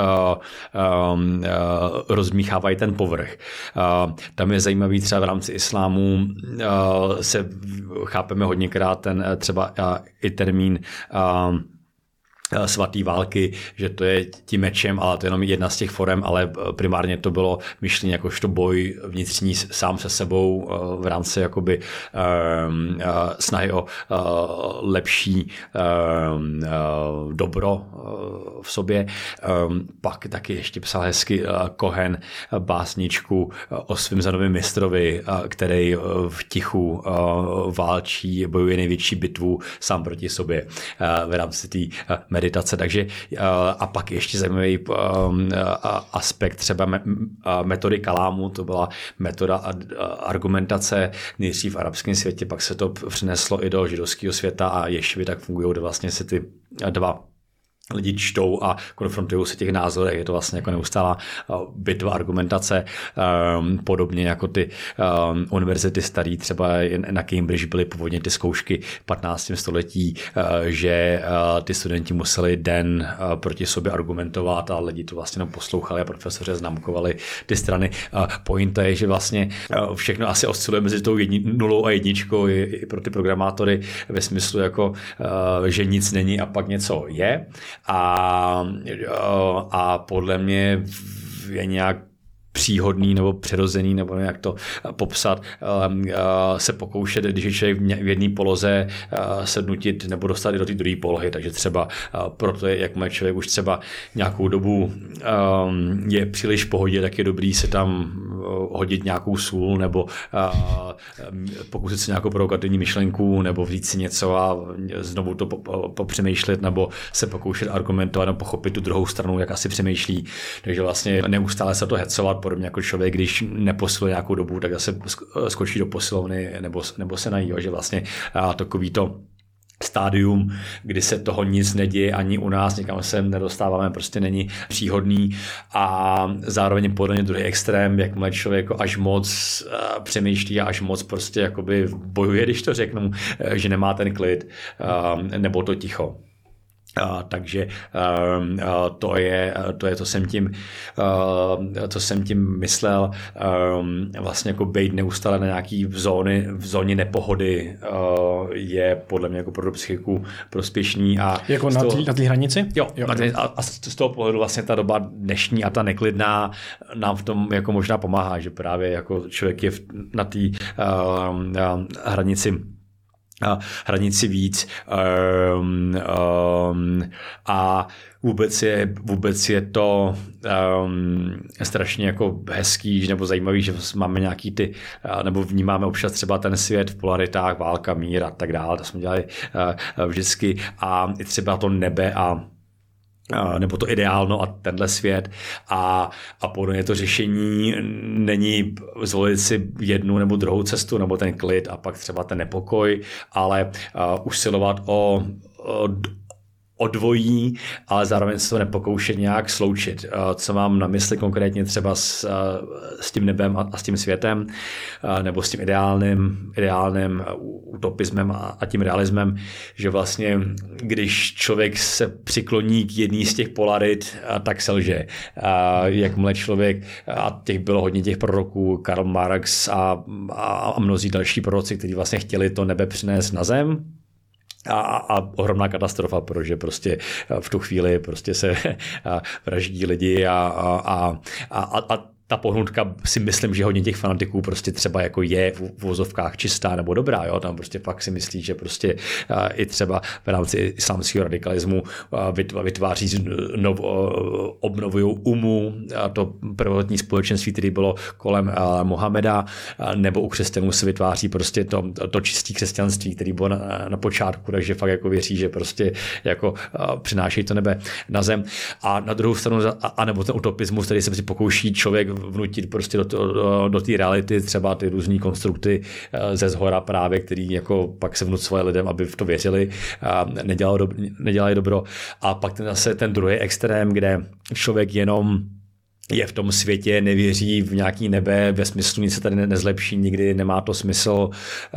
rozmíchávají ten povrch. Tam je zajímavý třeba v rámci islámu se chápeme hodněkrát ten třeba i termín svatý války, že to je tím mečem, ale to je jenom jedna z těch forem, ale primárně to bylo myšlení jakožto boj vnitřní sám se sebou v rámci jakoby snahy o lepší dobro v sobě. Pak taky ještě psal hezky Cohen básničku o svým zanovém mistrovi, který v tichu válčí, bojuje největší bitvu sám proti sobě v rámci té meditace, takže a pak ještě zajímavý aspekt třeba metody kalámu, to byla metoda argumentace nejdřív v arabském světě, pak se to přineslo i do židovského světa a ješivy tak fungují, kde vlastně se ty dva lidi čtou a konfrontují se těch názorech, je to vlastně jako neustálá bitva argumentace, podobně jako ty univerzity starý, třeba na Cambridge byly původně ty zkoušky v 15. století, že ty studenti museli den proti sobě argumentovat a lidi to vlastně jenom poslouchali a profesoři známkovali ty strany. Pointa je, že vlastně všechno asi osciluje mezi tou nulou a jedničkou i pro ty programátory ve smyslu jako, že nic není a pak něco je. A podle mě je nějak příhodný nebo přirozený, nebo jak to popsat, se pokoušet, když je člověk v jedné poloze sednutit nebo dostat i do té druhé polohy, takže třeba proto je, jakmile člověk už třeba nějakou dobu je příliš v pohodě, tak je dobrý se tam hodit nějakou sůl nebo pokusit se nějakou provokativní myšlenku nebo vzít si něco a znovu to popřemýšlet nebo se pokoušet argumentovat nebo pochopit tu druhou stranu, jak asi přemýšlí. Takže vlastně neustále se to hecovat, podobně jako člověk, když neposiluje nějakou dobu, tak zase skočí do posilovny nebo se nají, že vlastně takový to stádium, kdy se toho nic neděje ani u nás, někam se nedostáváme, prostě není příhodný a zároveň podle mě druhý extrém, jakmile člověk jako až moc přemýšlí a až moc prostě jakoby bojuje, když to řeknu, že nemá ten klid nebo to ticho. Takže to je, co jsem tím myslel, vlastně jako být neustále na nějaký v zóně nepohody je podle mě jako pro psychiku prospěšný. A jako na té hranici? Jo. A z toho pohledu vlastně ta doba dnešní a ta neklidná nám v tom jako možná pomáhá, že právě jako člověk je na té hranici víc a vůbec je to strašně jako hezký nebo zajímavý, že máme nějaký ty, nebo vnímáme občas třeba ten svět v polaritách, válka, mír a tak dále, to jsme dělali vždycky a i třeba to nebe a nebo to ideálno a tenhle svět a podobně to řešení není zvolit si jednu nebo druhou cestu nebo ten klid a pak třeba ten nepokoj, ale usilovat o dvojí, ale zároveň se to nepokoušet nějak sloučit. Co mám na mysli konkrétně třeba s tím nebem a s tím světem, nebo s tím ideálním utopismem a tím realismem, že vlastně, když člověk se přikloní k jedný z těch polarit, tak selže. Jakmile člověk, a těch bylo hodně těch proroků, Karl Marx a mnozí další proroci, kteří vlastně chtěli to nebe přinést na zem, a ohromná katastrofa, protože prostě v tu chvíli prostě se vraždí lidi a ta pohnutka si myslím, že hodně těch fanatiků prostě třeba jako je v vozovkách čistá nebo dobrá, jo, tam prostě fakt si myslí, že prostě i třeba v rámci islámského radikalismu vytváří obnovují to prvotní společenství, které bylo kolem Mohameda, nebo u křesťanů se vytváří prostě to čistý křesťanství, který bylo na počátku, takže fakt jako věří, že prostě jako přináší to nebe na zem. A na druhou stranu, anebo ten utopismus, který se pokouší člověk vnutit prostě do té reality, třeba ty různý konstrukty ze zhora právě, který jako pak se vnucovali lidem, aby v to věřili, nedělali dobro. A pak zase ten druhý extrém, kde člověk jenom je v tom světě, nevěří v nějaký nebe, ve smyslu nic se tady nezlepší, nikdy nemá to smysl,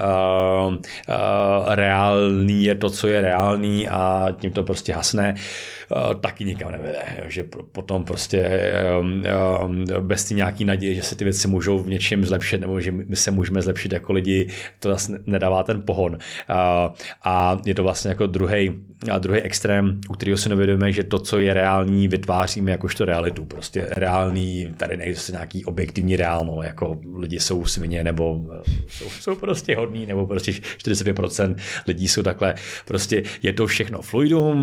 reálný je to, co je reálný a tím to prostě hasne, taky nikam nevede, že potom prostě bez ty nějaký naděje, že se ty věci můžou v něčem zlepšit nebo že my se můžeme zlepšit jako lidi, to zase nedává ten pohon. A je to vlastně jako druhý extrém, u kterého si nevědomíme, že to, co je reální, vytváříme jakožto realitu. Prostě reálný, tady nejde nějaký objektivní reálno, jako lidi jsou svině nebo jsou prostě hodní, nebo prostě 45% lidí jsou takhle. Prostě je to všechno fluidum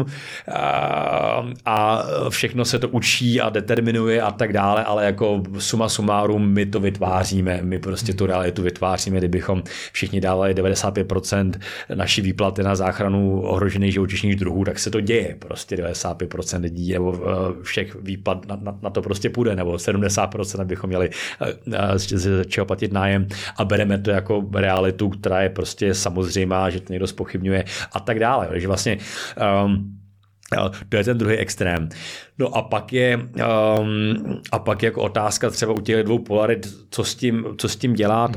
a všechno se to učí a determinuje a tak dále, ale jako suma sumárum my to vytváříme, my prostě tu realitu vytváříme, kdybychom všichni dávali 95% naší výplaty na záchranu ohrožených živočišných druhů, tak se to děje. Prostě 95% lidí nebo všech výplat na to prostě půjde, nebo 70%, abychom měli z čeho platit nájem a bereme to jako realitu, která je prostě samozřejmá, že to někdo zpochybňuje a tak dále. Takže vlastně to je ten druhý extrém. No a pak je jako otázka třeba u těch dvou polarit, co s tím dělat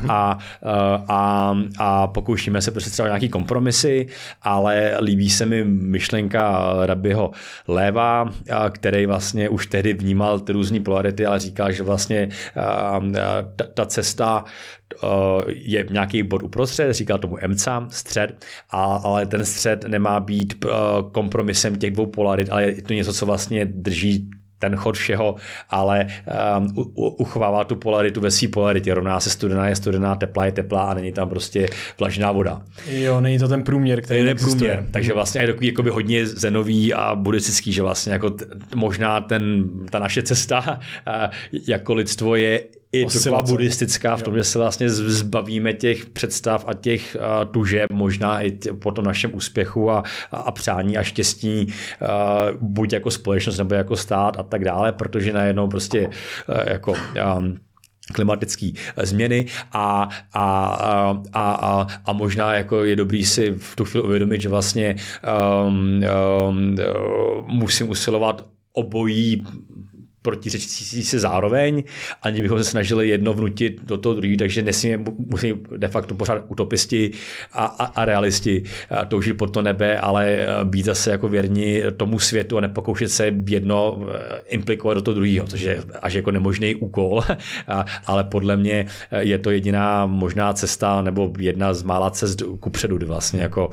a pokoušíme se prostě třeba nějaký kompromisy, ale líbí se mi myšlenka Rabbiho Léva, který vlastně už tehdy vnímal ty různý polarity, ale říkal, že vlastně ta cesta je nějaký bod uprostřed, říkal tomu EMCA, střed, ale ten střed nemá být kompromisem těch dvou polarit, ale je to něco, co vlastně drží ten chod všeho, ale uchovává tu polaritu ve své polaritě. Rovná se studená je studená, teplá je teplá a není tam prostě vlažná voda. Jo, není to ten průměr, který neexistuje. Takže vlastně je takový jakoby hodně zenový a buddhistický, že vlastně jako možná ta naše cesta jako lidstvo je i taková buddhistická v tom, že se vlastně zbavíme těch představ a těch tužeb, možná i po tom našem úspěchu a přání a štěstí, buď jako společnost nebo jako stát a tak dále, protože najednou prostě jako klimatické změny a možná jako je dobrý si v tu chvíli uvědomit, že vlastně musím usilovat obojí protiřečící se zároveň, ani bychom se snažili jedno vnutit do toho druhého, takže musí de facto pořád utopisti a realisti toužit po to nebe, ale být zase jako věrni tomu světu a nepokoušet se jedno implikovat do toho druhého, což je až jako nemožný úkol, ale podle mě je to jediná možná cesta nebo jedna z mála cest kupředu, kdy vlastně jako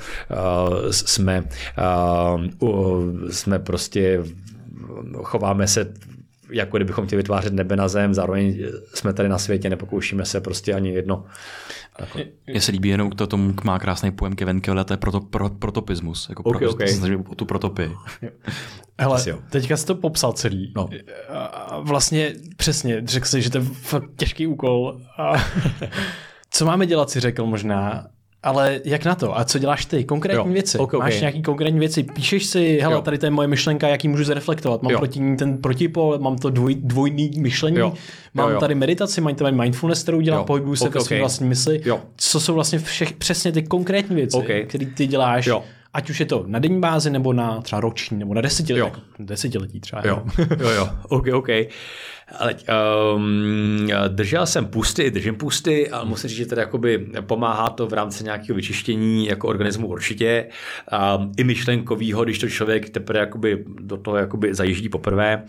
jsme prostě chováme se jako kdybychom chtěli vytvářet nebe na zem, zároveň jsme tady na světě, nepokoušíme se prostě ani jedno. Mně se líbí jenom to tomu má krásný pojem Kevin Kelly, to je protopismus. Jako o tu protopii. Hele, teďka jsi to popsal celý. No. Vlastně přesně, řekl jsi, že to je fakt těžký úkol. Co máme dělat, si řekl možná, Ale jak na to? A co děláš ty? Konkrétní věci. Okay. Máš nějaký konkrétní věci? Píšeš si, hele, tady to je moje myšlenka, jaký můžu zreflektovat. Mám proti ní ten protipol, mám to dvojný myšlení, mám tady meditaci, mám tady mindfulness, kterou dělám, pohybuju se ve své vlastní mysli. Co jsou vlastně přesně ty konkrétní věci, které ty děláš, ať už je to na denní bázi, nebo na třeba roční, nebo na desetiletí třeba. OK. Ale držím pusty, ale musím říct, že teda jakoby pomáhá to v rámci nějakého vyčištění jako organismu určitě. I myšlenkovýho, když to člověk teprve jakoby do toho jakoby zajíždí poprvé.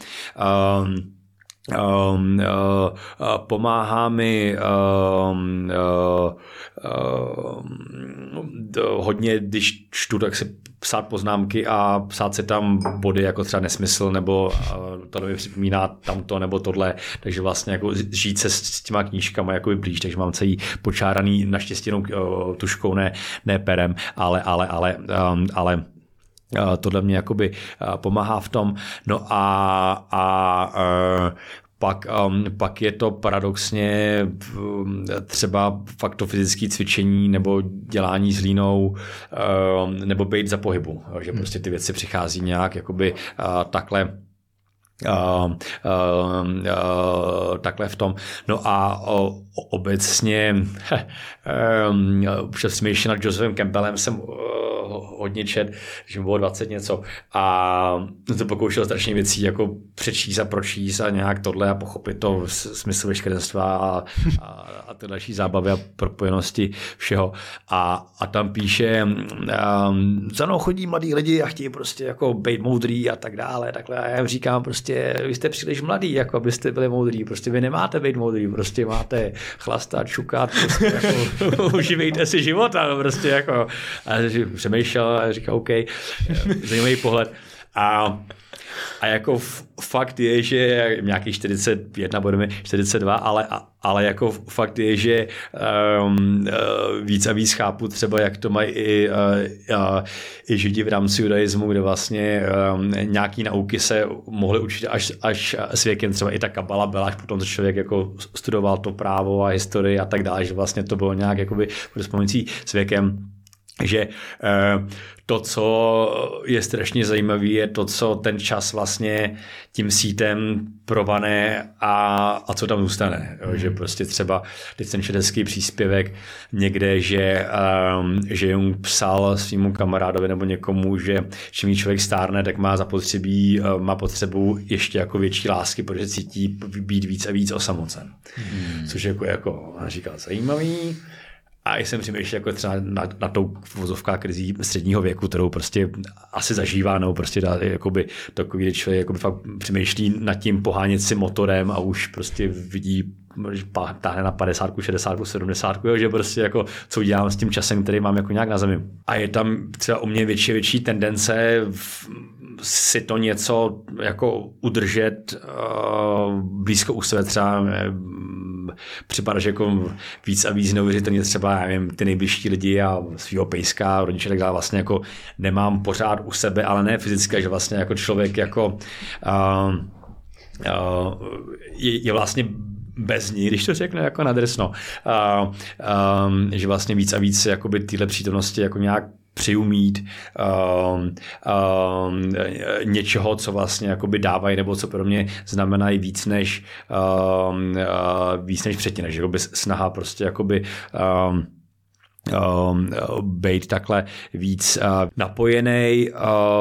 Pomáhá mi hodně, když čtu, tak si psát poznámky a psát si tam body jako třeba nesmysl, nebo tohle mi připomíná tamto nebo tohle, takže vlastně jako žít se s těma knížkama jakoby blíž, takže mám celý počáraný naštěstí tuškou, ne perem, ale tohle mě jakoby pomáhá v tom. No pak je to paradoxně třeba fakt to fyzické cvičení nebo dělání s hlínou nebo být za pohybu, že prostě ty věci přichází nějak jakoby takhle takhle v tom. No a obecně před smíšením nad Josephem Campbellem jsem hodně čet, že mu bylo 20 něco a to pokoušel strašně věcí jako přečíst a pročíst a nějak tohle a pochopit to smysl veškerstva a ty další zábavy a propojenosti všeho. A tam píše, za mnou chodí mladí lidi a chtějí prostě jako být moudrý a tak dále. Takhle. A já říkám prostě, vy jste příliš mladí, jako abyste byli moudrý. Prostě vy nemáte být moudrý, prostě máte chlastat, šukat, prostě jako uživejte si života, prostě jako. A přemýšlel a říkal, OK, zajímavý pohled. A jako fakt je, že nějaký 41, budeme 42, ale jako fakt je, že víc a víc chápu třeba, jak to mají i Židi v rámci judaismu, kde vlastně nějaký nauky se mohly učit až s věkem, třeba i ta kabala byla až potom, co člověk jako studoval to právo a historii a tak dále, že vlastně to bylo nějak jakoby korespondující s věkem. Že to, co je strašně zajímavé, je to, co ten čas vlastně tím sítem provane a co tam zůstane. Že prostě třeba, teď ten šedecký příspěvek někde, že Jung psal svýmu kamarádovi nebo někomu, že čím člověk stárne, tak má potřebu ještě jako větší lásky, protože cítí být víc a víc osamocen. Což jako říkal zajímavý. A jsem přemýšlel jako třeba na tou vozovká krizí středního věku, kterou prostě asi zažívá, nebo prostě jakoby takový, že člověk jakoby fakt přemýšlí nad tím pohánět si motorem a už prostě vidí, táhne na 50, 60, 70, že prostě jako co udělám s tím časem, který mám jako nějak na zemi. A je tam třeba u mě větší tendence si to něco jako udržet blízko u sebe, třeba připadá, že jako víc a víc neuvěřitelně třeba, já nevím, ty nejbližší lidi a svýho pejska, rodiče, tak dále vlastně jako nemám pořád u sebe, ale ne fyzicky, že vlastně jako člověk jako je vlastně bez ní, když to řekne jako nadrsno, že vlastně víc a víc jakoby tyhle přítomnosti jako nějak přeju mít něčeho, co vlastně jakoby dávají, nebo co pro mě znamenají víc než předtím, než jakoby snaha prostě jakoby být takhle víc napojený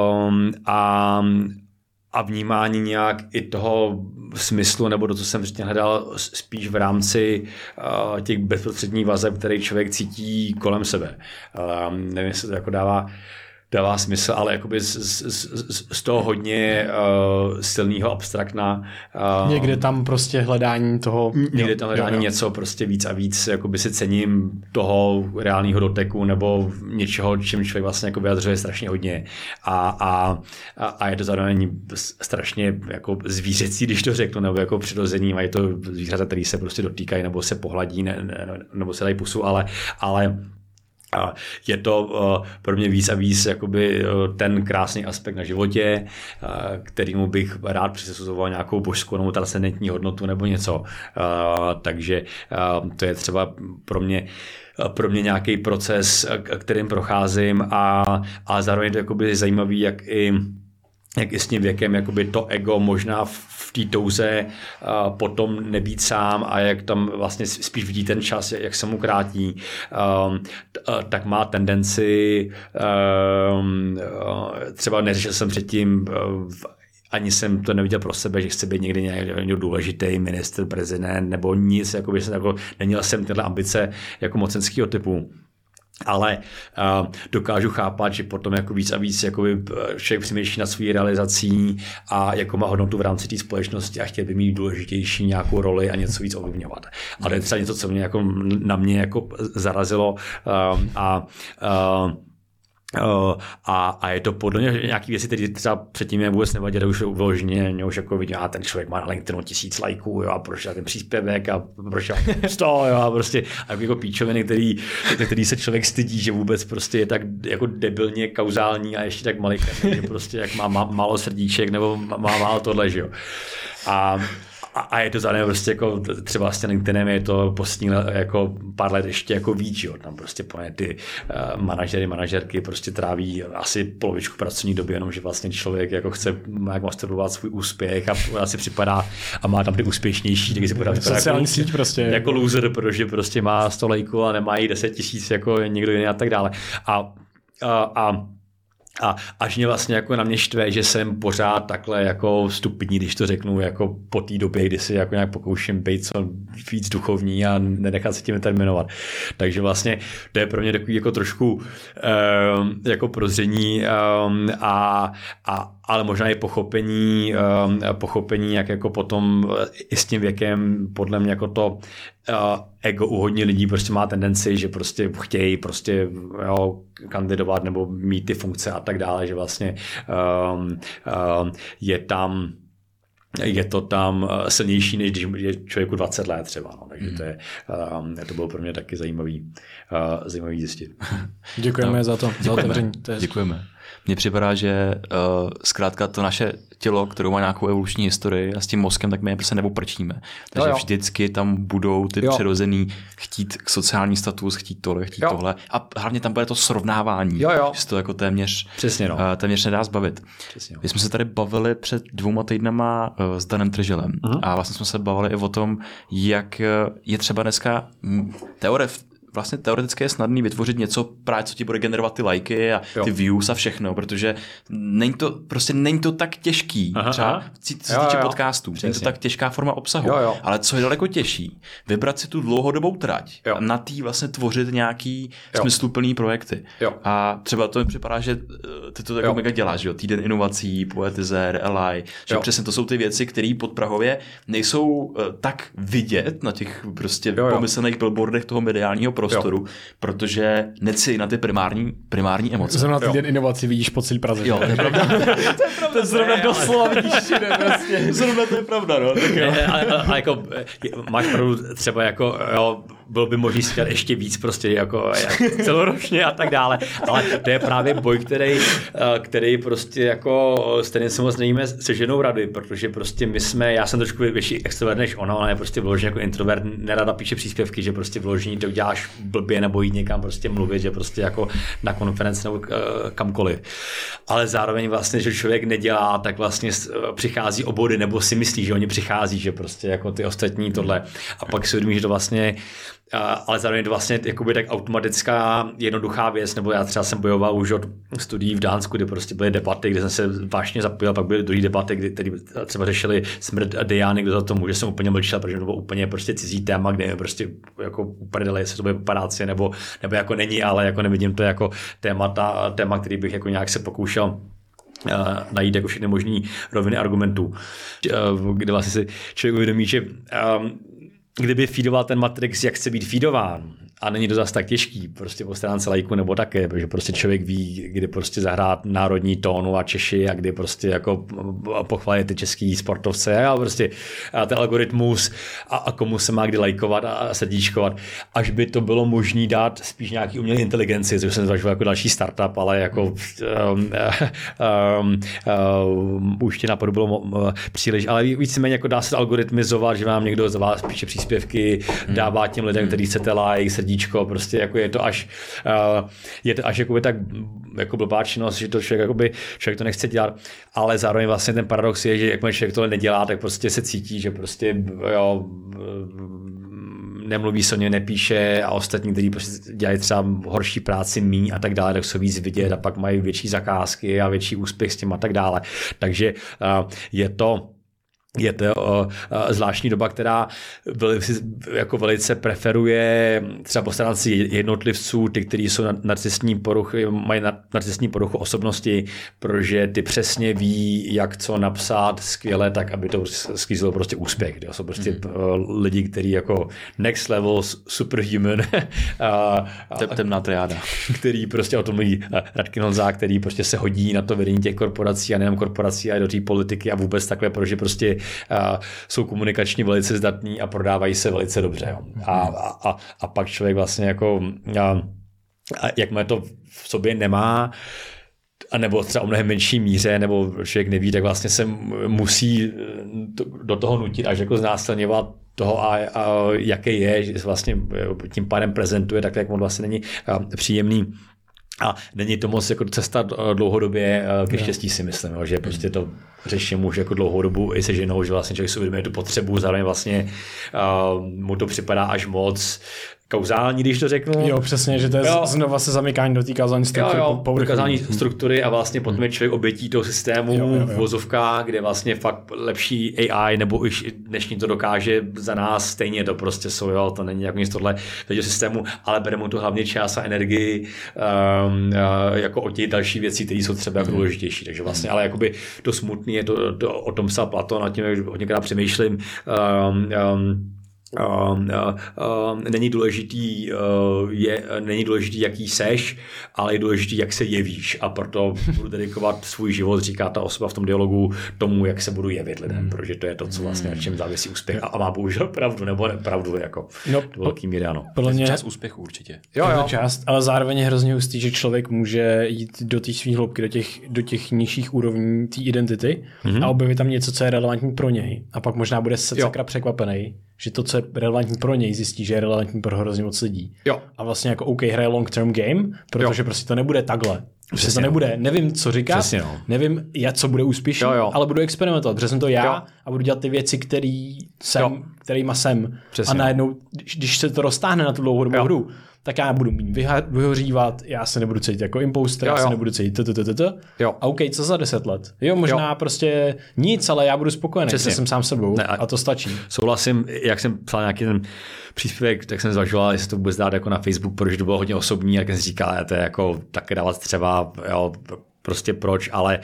a vnímání nějak i toho smyslu, nebo to, co jsem předtím hledal, spíš v rámci těch bezprostředních vazeb, který člověk cítí kolem sebe. Nevím, jestli to jako dává smysl, ale jakoby z toho hodně silného abstraktna. Někde tam prostě hledání toho... Někde tam hledání něco prostě víc a víc, jakoby si cením toho reálného doteku nebo něčeho, čím člověk vlastně jako vyjadřuje strašně hodně. A je to zároveň strašně jako zvířecí, když to řeknu, nebo jako přirození, mají to zvířata, který se prostě dotýkají nebo se pohladí, nebo se dají pusu, ale je to pro mě víc a víc jakoby ten krásný aspekt na životě, kterýmu bych rád přisuzoval nějakou božskou nebo transcendentní hodnotu nebo něco. Takže to je třeba pro mě pro mě nějaký proces, kterým procházím a zároveň to jakoby zajímavý, jak i s tím věkem jakoby to ego možná v té touze potom nebýt sám a jak tam vlastně spíš vidí ten čas, jak se mu krátí, tak má tendenci, třeba neřešil jsem předtím, ani jsem to neviděl pro sebe, že chci být někdy někdo důležitý, ministr, prezident nebo nic, neměl jsem tyhle ambice jako mocenského typu. Ale dokážu chápat, že potom jako víc a víc jakoby člověk přemýšlí nad svou realizací a jako má hodnotu v rámci té společnosti a chtěl by mít důležitější nějakou roli a něco víc ovlivňovat. A to je třeba něco, co mě jako na mě jako zarazilo a je to podle mě nějaký věci, které třeba předtím mě vůbec nevadily, už vyloženě, mě už jako vidím, ten člověk má na LinkedInu 1000 lajků, jo, a proč ten příspěvek a proč 100, jo, a prostě jako píčoviny, který se člověk stydí, že vůbec prostě je tak jako debilně kauzální a ještě tak malý, že prostě jak má málo srdíček nebo má málo tohle, že jo. A je to zároveň prostě jako třeba s tím LinkedInem je to poslední jako pár let ještě jako víc, jo. Tam prostě ty manažerky prostě tráví asi polovičku pracovní doby, jenom že vlastně člověk jako chce jak masturbovat svůj úspěch a asi připadá a má tam ty úspěšnější, taky si připadá sociální síť prostě jako loser, protože prostě má 100 lajků a nemá jí 10 000 jako někdo jiný a tak dále. A až mě vlastně jako na mě štve, že jsem pořád takhle jako stupidní, když to řeknu, jako po té době, kdy si jako nějak pokouším být co víc duchovní a nenechat se tím terminovat. Takže vlastně to je pro mě takový jako trošku jako prozření ale možná i pochopení, jak jako potom i s tím věkem podle mě jako to ego u hodně lidí prostě má tendenci, že prostě chtějí prostě kandidovat nebo mít ty funkce a tak dále, že vlastně je to tam silnější, než když je člověku 20 let třeba. No. Takže to bylo pro mě taky zajímavý zjistit. Děkujeme za to. Děkujeme. Děkujeme. Mně připadá, že zkrátka to naše tělo, kterou má nějakou evoluční historii a s tím mozkem, tak my je prostě nepoprčíme. Takže vždycky tam budou ty přirozený chtít sociální status, chtít tohle, chtít tohle. A hlavně tam bude to srovnávání. Že se to jako téměř nedá zbavit. Přesně. My jsme se tady bavili před 2 týdnama s Danem Trželem a vlastně jsme se bavili i o tom, jak je třeba dneska vlastně teoreticky je snadný vytvořit něco právě, co ti bude generovat ty lajky a ty views a všechno, protože není to tak těžký. Třeba co se týče podcastů, není to tak těžká forma obsahu. Ale co je daleko těžší, vybrat si tu dlouhodobou trať a na tý vlastně tvořit nějaký smysluplný projekty. A třeba to mi připadá, že ty to jako mega děláš, že jo? Týden inovací, Poetizer, Ally, že přesně to jsou ty věci, které podprahově nejsou tak vidět na těch prostě pomyslných billboardech toho mediálního prostoru, protože neci na ty primární emoce. Zrovna týden inovací vidíš po celý Praze. Jo, to je pravda. To je zrovna doslova vidíš všude vlastně. Zrovna to je pravda, no. Ale jako máš pravdu třeba jako bylo by možný si dělat ještě víc jako celoročně a tak dále, ale to je právě boj, který prostě jako s kterým se moc nevíme se ženou rady, protože prostě já jsem trošku větší extrovert než ona, ale je prostě vyložený jako introvert, nerada píše příspěvky, že prostě vyložený to děláš blbě nebo jít někam prostě mluvit, že prostě jako na konferenci nebo kamkoliv. Ale zároveň vlastně, že člověk nedělá, tak vlastně přichází o body, nebo si myslí, že oni přichází, že prostě jako ty ostatní tohle. A pak si uvědomí, že to vlastně ale zároveň to vlastně jakoby tak automatická jednoduchá věc, nebo já třeba jsem bojoval už od studií v Dánsku, kde prostě byly debaty, kde jsem se vážně zapojil, pak byly druhé debaty, které třeba řešili smrt Diany, kdo za to může, jsem úplně mlčel, protože to bylo úplně prostě cizí téma, kde je prostě jako uprdele, jestli to bude paparácie, nebo jako není, ale jako nevidím to jako téma, který bych jako nějak se pokoušel najít jako všechny možný roviny argumentů, kde vlastně si člověk uvědomí, že kdyby feedoval ten Matrix, jak chce být feedován, a není to zase tak těžký, prostě po stránce lajku nebo také, protože prostě člověk ví, kdy prostě zahrát národní tónu a Češi a kdy prostě jako pochválit ty český sportovce a prostě ten algoritmus a komu se má kdy lajkovat a srdíčkovat, až by to bylo možné dát spíš nějaký umělé inteligenci, což jsem zvažoval jako další startup, ale jako už tě napadu bylo příliš, ale víceméně jako dá se algoritmizovat, že vám někdo za vás píše příspěvky, dává těm lidem, který chcete like, srdíčko, prostě jako je to až jakoby tak jako blbá činnost, že to člověk to nechce dělat, ale zároveň vlastně ten paradox je, že jakmile člověk tohle nedělá, tak prostě se cítí, že prostě nemluví se o něm, nepíše a ostatní, kteří prostě dělají třeba horší práci míň a tak dále, tak jsou víc vidět a pak mají větší zakázky a větší úspěch s tím a tak dále. Takže je to zvláštní doba, která velice preferuje třeba postarat si jednotlivců, ty, kteří jsou mají narcistní poruchu osobnosti, protože ty přesně ví, jak co napsat skvěle, tak aby to sklízelo prostě úspěch. Jsou prostě lidi, kteří jako next level superhuman. Temná triáda. Který prostě o tom mluví Radkin Honza, který prostě se hodí na to vedení těch korporací a nejen korporací, a do té politiky a vůbec takhle, protože prostě jsou komunikačně velice zdatní a prodávají se velice dobře. Jo. A pak člověk vlastně jako, jakmile to v sobě nemá, a nebo třeba o mnohem menší míře, nebo člověk neví, tak vlastně se musí do toho nutit až jako znásilňovat toho, jaký je, že vlastně tím pádem prezentuje, tak jak on vlastně není příjemný. A není to moc jako cesta dlouhodobě ke štěstí, si myslím, že prostě to řeší muž jako dlouhou dobu i se ženou, že vlastně člověk si uvědomuje tu potřebu, zároveň vlastně mu to připadá až moc kauzální, když to řeknu. Jo, přesně, že to je znova se zamykání do té kauzální struktury. Kauzální struktury a vlastně potom je člověk obětí toho systému v vozovkách, kde vlastně fakt lepší AI nebo už dnešní to dokáže za nás, stejně to prostě jsou, to není jako nic tohle systému, ale bere mu to hlavně čas a energii jako o těch další věcí, které jsou třeba jako důležitější. Takže vlastně, ale jakoby to smutný je to o tom psal Platon, a tím hodněkrát přemýšlím, není důležitý, jaký seš, ale je důležitý, jak se jevíš, a proto budu dedikovat svůj život, říká ta osoba v tom dialogu, tomu, jak se budu jevit lidem, protože to je to, co vlastně, na čem závisí úspěch, a má bohužel pravdu, nebo nepravdu, jako do velký míry, ano. Podle mě část úspěchu určitě. Jo. Část, ale zároveň je hrozně hustý, že člověk může jít do té svý hloubky, do těch nižších úrovní té identity a objevit tam něco, co je relevantní pro něj, a pak možná bude sakra překvapený, že to, co je relevantní pro něj, zjistí, že je relevantní pro hrozně moc lidí. Jo. A vlastně jako OK, hraje long term game, protože prostě to nebude takhle. Přesně to nebude, nevím, co říkat, nevím, co bude úspěšný, ale budu experimentovat, protože jsem to já a budu dělat ty věci, kterýma jsem. Přesně. A najednou, když se to roztáhne na tu dlouhodobou hru, tak já budu vyhořívat, já se nebudu cítit jako imposter, já se nebudu cítit A OK, co za 10 let? Možná prostě nic, ale já budu spokojený, že jsem sám sebou a to stačí. Souhlasím, jak jsem psal nějaký ten příspěvek, tak jsem zvažoval, jestli to vůbec dát jako na Facebook, protože to bylo hodně osobní, jak jsem si říkal, to je jako také dávat třeba, prostě proč, ale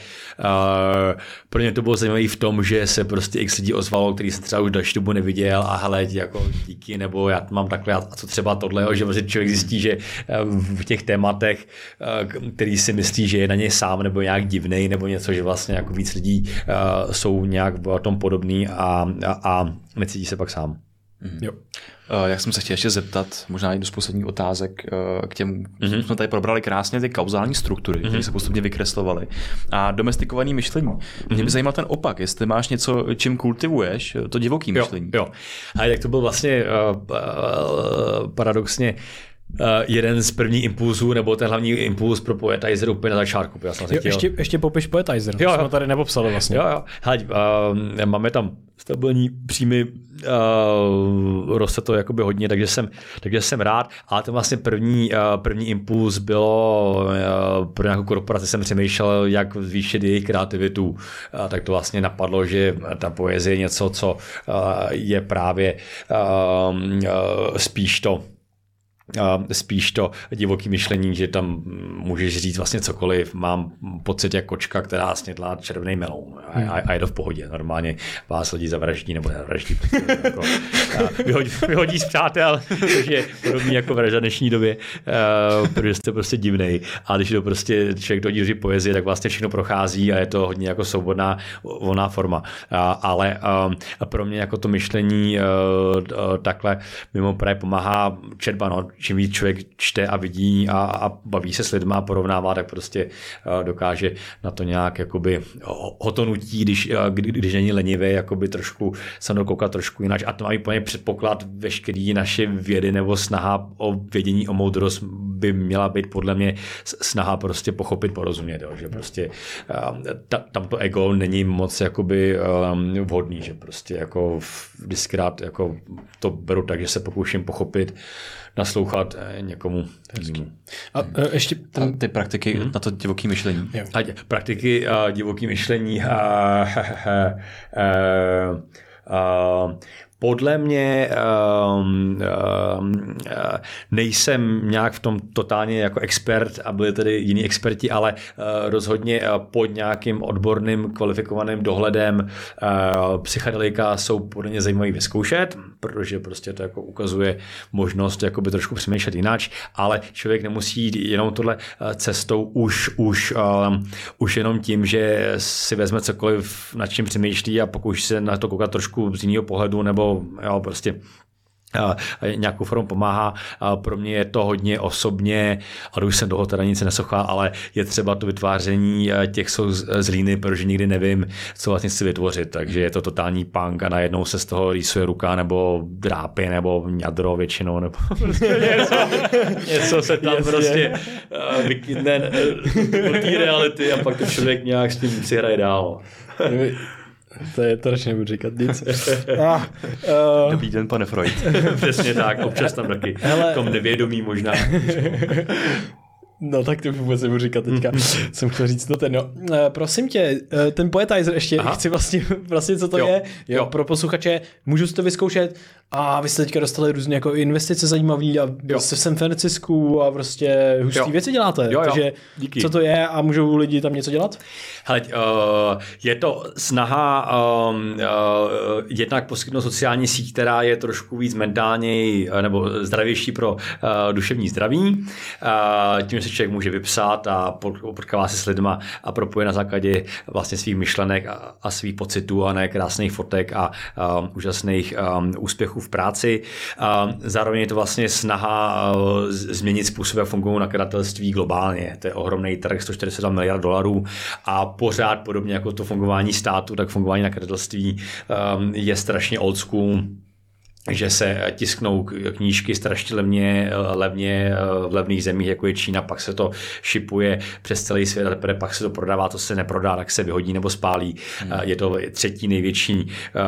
pro mě to bylo zajímavé v tom, že se prostě x lidí ozvalo, který jsem třeba už další dobu neviděl, a hele, jako díky, nebo já mám takhle, a co třeba tohle, že vlastně člověk zjistí, že v těch tématech, který si myslí, že je na něj sám, nebo nějak divnej, nebo něco, že vlastně jako víc lidí jsou nějak v tom podobný a necítí se pak sám. Jo. Jak jsem se chtěl ještě zeptat, možná jdu z posledních otázek k těm, jsme tady probrali krásně ty kauzální struktury, které se postupně vykreslovaly, a domestikované myšlení. Mě by zajímal ten opak, jestli máš něco, čím kultivuješ to divoký myšlení. Jo. A jak to byl vlastně paradoxně jeden z prvních impulzů, nebo ten hlavní impuls pro Poetizer úplně na začátku. Ještě popiš Poetizer, jsme tady nepopsali vlastně. Hleď, máme tam stabilní příjmy, roste to jakoby hodně, takže jsem rád, ale ten vlastně první impuls bylo, pro nějakou korporaci jsem přemýšlel, jak zvýšit jejich kreativitu, tak to vlastně napadlo, že ta poezie je něco, co je právě spíš to divoký myšlení, že tam můžeš říct vlastně cokoliv. Mám pocit jako kočka, která snědla červený meloun a je to v pohodě. Normálně vás lidi zavraždí nebo nezavraždí. Jako, vyhodí z přátel, což je podobný jako vražda dnešní době, protože jste prostě divnej. A když to prostě člověk to hodí poezie, tak vlastně všechno prochází a je to hodně jako svobodná volná forma. Ale pro mě jako to myšlení takhle mimo právě pomáhá četba. čím víc člověk čte a vidí a baví se s lidma a porovnává, tak prostě dokáže na to nějak jakoby hotonutí, když není lenivý, jakoby trošku se dokoukat trošku jinak. A to má úplně předpoklad veškerý naše vědy nebo snaha o vědění, o moudrost by měla být podle mě snaha prostě pochopit, porozumět, jo, že prostě tam to ego není moc jakoby vhodný, že prostě jako vždycky rád jako to beru tak, že se pokouším pochopit, naslouchat někomu. A ještě ty praktiky na to divoký myšlení. Praktiky divoký myšlení podle mě nejsem nějak v tom totálně jako expert a byli tady jiní experti, ale rozhodně pod nějakým odborným kvalifikovaným dohledem psychedelika jsou podle mě zajímavý vyzkoušet, protože prostě to jako ukazuje možnost jakoby trošku přemýšlet jinak, ale člověk nemusí jít jenom tohle cestou už jenom tím, že si vezme cokoliv, nad čím přemýšlí a pokouší se na to koukat trošku z jiného pohledu nebo jo, prostě nějakou formou pomáhá. Pro mě je to hodně osobně, ale už jsem toho teda nic nesochá, ale je třeba to vytváření těch z hlíny, protože nikdy nevím, co vlastně chci vytvořit, takže je to totální punk a najednou se z toho rýsuje ruka nebo drápy nebo ňadro většinou nebo prostě něco se tam prostě vykytne do té reality a pak to člověk nějak s tím si hraje dál. To radši nebudu říkat nic. Dobrý den, pane Freud. Přesně tak, občas tam taky tom nevědomí možná. No tak to vůbec nebudu říkat teďka. Jsem chtěl říct prosím tě, ten Poetizer ještě, chci vlastně co to je. Jo. Pro posluchače, můžu si to vyzkoušet a vy jste teďka dostali různé jako investice zajímavé a jste v San Francisku a prostě hustý věci děláte. Takže díky. Co to je a můžou lidi tam něco dělat? Hele, je to snaha jednak poskytnout sociální síť, která je trošku víc mentálně nebo zdravější pro duševní zdraví. Tím se člověk může vypsat a potkává se s lidma a propoje na základě vlastně svých myšlenek a svých pocitů a ne krásných fotek a úžasných úspěchů v práci. Zároveň je to vlastně snaha změnit způsob, jak fungují nakladatelství globálně. To je ohromný trh, 142 miliard dolarů a pořád podobně jako to fungování státu, tak fungování nakladatelství je strašně old school, že se tisknou knížky strašně levně v levných zemích, jako je Čína, pak se to šipuje přes celý svět, a pak se to prodává, to se neprodá, tak se vyhodí nebo spálí. Je to třetí největší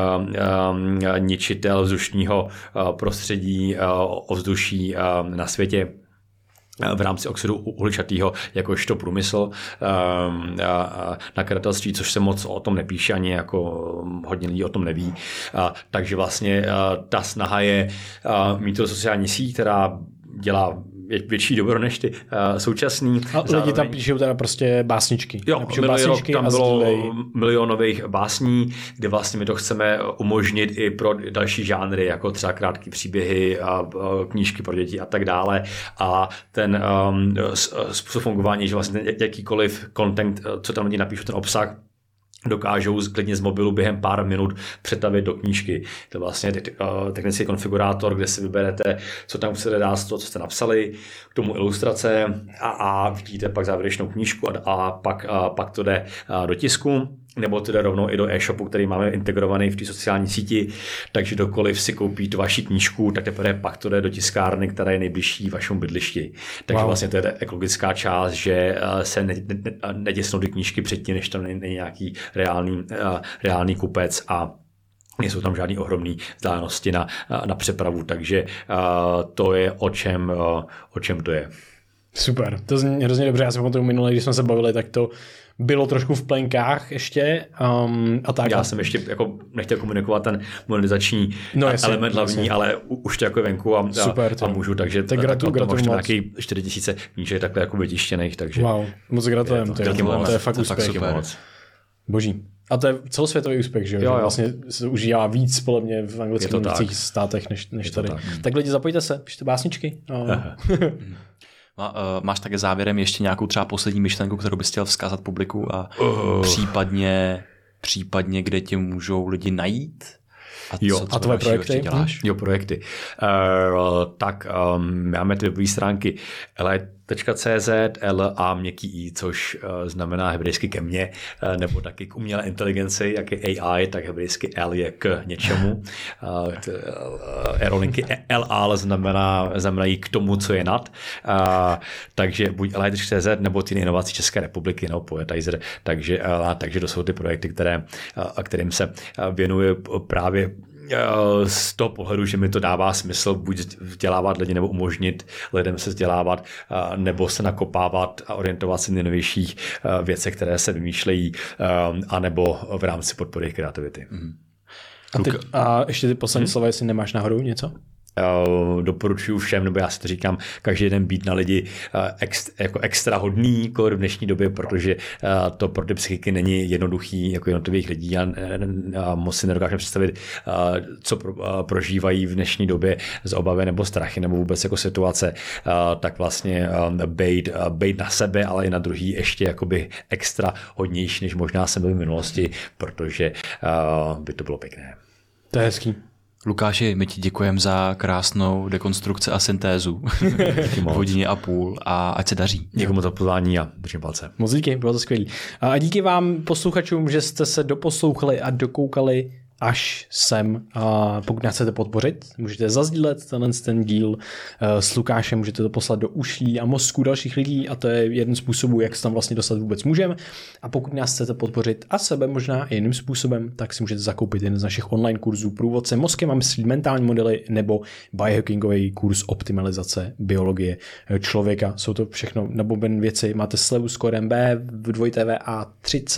ničitel vzdušního prostředí, ovzduší na světě v rámci oxidu uhličitého, jakožto průmysl nakladatelství, což se moc o tom nepíše, ani jako hodně lidí o tom neví. Takže vlastně ta snaha je mít to sociální síť, která dělá větší dobro než ty současný. A lidi tam píšou teda prostě básničky. Jo, tam bylo milion nových básní, kde vlastně my to chceme umožnit i pro další žánry, jako třeba krátké příběhy a knížky pro děti a tak dále. A ten způsob fungování, že vlastně jakýkoliv content, co tam lidi napíšou, ten obsah, dokážou klidně z mobilu během pár minut přetavit do knížky. To je vlastně technický konfigurátor, kde si vyberete, co tam chcete dát z toho, co jste napsali, k tomu ilustrace a vidíte pak závěrečnou knížku a pak to jde do tisku, nebo to jde rovnou i do e-shopu, který máme integrovaný v té sociální síti, takže kdokoliv si koupí tu vaši knížku, tak teprve pak to jde do tiskárny, která je nejbližší vašemu bydlišti. Takže vlastně to je ekologická část, že se neděsnou ty knížky předtím, než tam není nějaký reálný kupec a nejsou tam žádný ohromný vzdálenosti na přepravu, takže to je o čem to je. Super, to zní hrozně dobře. Já si pamatuju minule, když jsme se bavili, tak to bylo trošku v plenkách ještě. A tak. Já jsem ještě jako nechtěl komunikovat ten monetizační element hlavní, ale už to jako venku a můžu, takže to možná nějaký 4000 knížek takhle jako vytištěných. Takže wow, moc gratulujeme. To je fakt úspěch. Boží. A to je celosvětový úspěch, že jo? Vlastně se užívá víc podle mě v anglických státech než tady. Tak lidi, zapojte se, pište básničky. Máš také závěrem ještě nějakou třeba poslední myšlenku, kterou bys chtěl vzkázat publiku a případně kde tě můžou lidi najít? A tvoje projekty? Děláš? Jo, projekty. Tak máme ty webové stránky LA.cz, L a měkký i, což znamená hebrejsky ke mně, nebo taky k umělé inteligenci, jak je AI, tak hebrejsky L je k něčemu. Aerolinky LA znamenají k tomu, co je nad. Takže buď LA.cz nebo ty inovací České republiky, nebo Poetizer. Takže to jsou ty projekty, kterým se věnuje právě z toho pohledu, že mi to dává smysl buď vzdělávat lidi nebo umožnit lidem se vzdělávat, nebo se nakopávat a orientovat se na nejnovějších věcech, které se vymýšlejí, anebo v rámci podpory kreativity. A ještě ty poslední slova, jestli nemáš náhodou něco? Doporučuji všem, nebo já si to říkám, každý den být na lidi jako extra hodný v dnešní době, protože to pro ty psychiky není jednoduchý jako jednotlivých lidí a moc si nedokážeme představit, co prožívají v dnešní době z obavy nebo strachy nebo vůbec jako situace, tak vlastně bejt na sebe, ale i na druhý ještě jakoby extra hodnější, než možná jsem byl v minulosti, protože by to bylo pěkné. To je hezký. Lukáši, my ti děkujeme za krásnou dekonstrukci a syntézu v hodině a půl a ať se daří. Děkuji moc za pozvání a držím palce. Moc díky, bylo to skvělý. A díky vám posluchačům, že jste se doposlouchali a dokoukali až sem. A pokud nás chcete podpořit, můžete zazdílet ten díl s Lukášem, můžete to poslat do uší a mozku dalších lidí a to je jeden způsobů, jak se tam vlastně dostat vůbec můžeme. A pokud nás chcete podpořit a sebe možná jiným způsobem, tak si můžete zakoupit jeden z našich online kurzů Průvodce mozkem a myslí mentální modely nebo biohackingový kurz optimalizace biologie člověka. Jsou to všechno naboben věci. Máte slevu s kódem B2TVA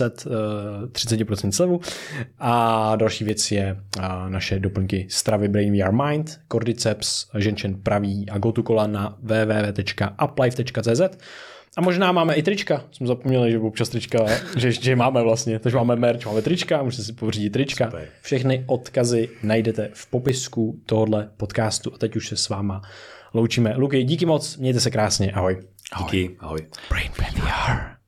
30% slevu a další věc je naše doplňky stravy Brain VR Mind, Cordyceps, ženčen pravý a Gotukola na www.uplife.cz. A možná máme i trička. Jsme zapomněli, že občas trička, že máme vlastně. Takže máme merch, máme trička, můžete si pořídit trička. Super. Všechny odkazy najdete v popisku tohohle podcastu a teď už se s váma loučíme. Luky, díky moc, mějte se krásně, ahoj. Díky, ahoj. Brain VR.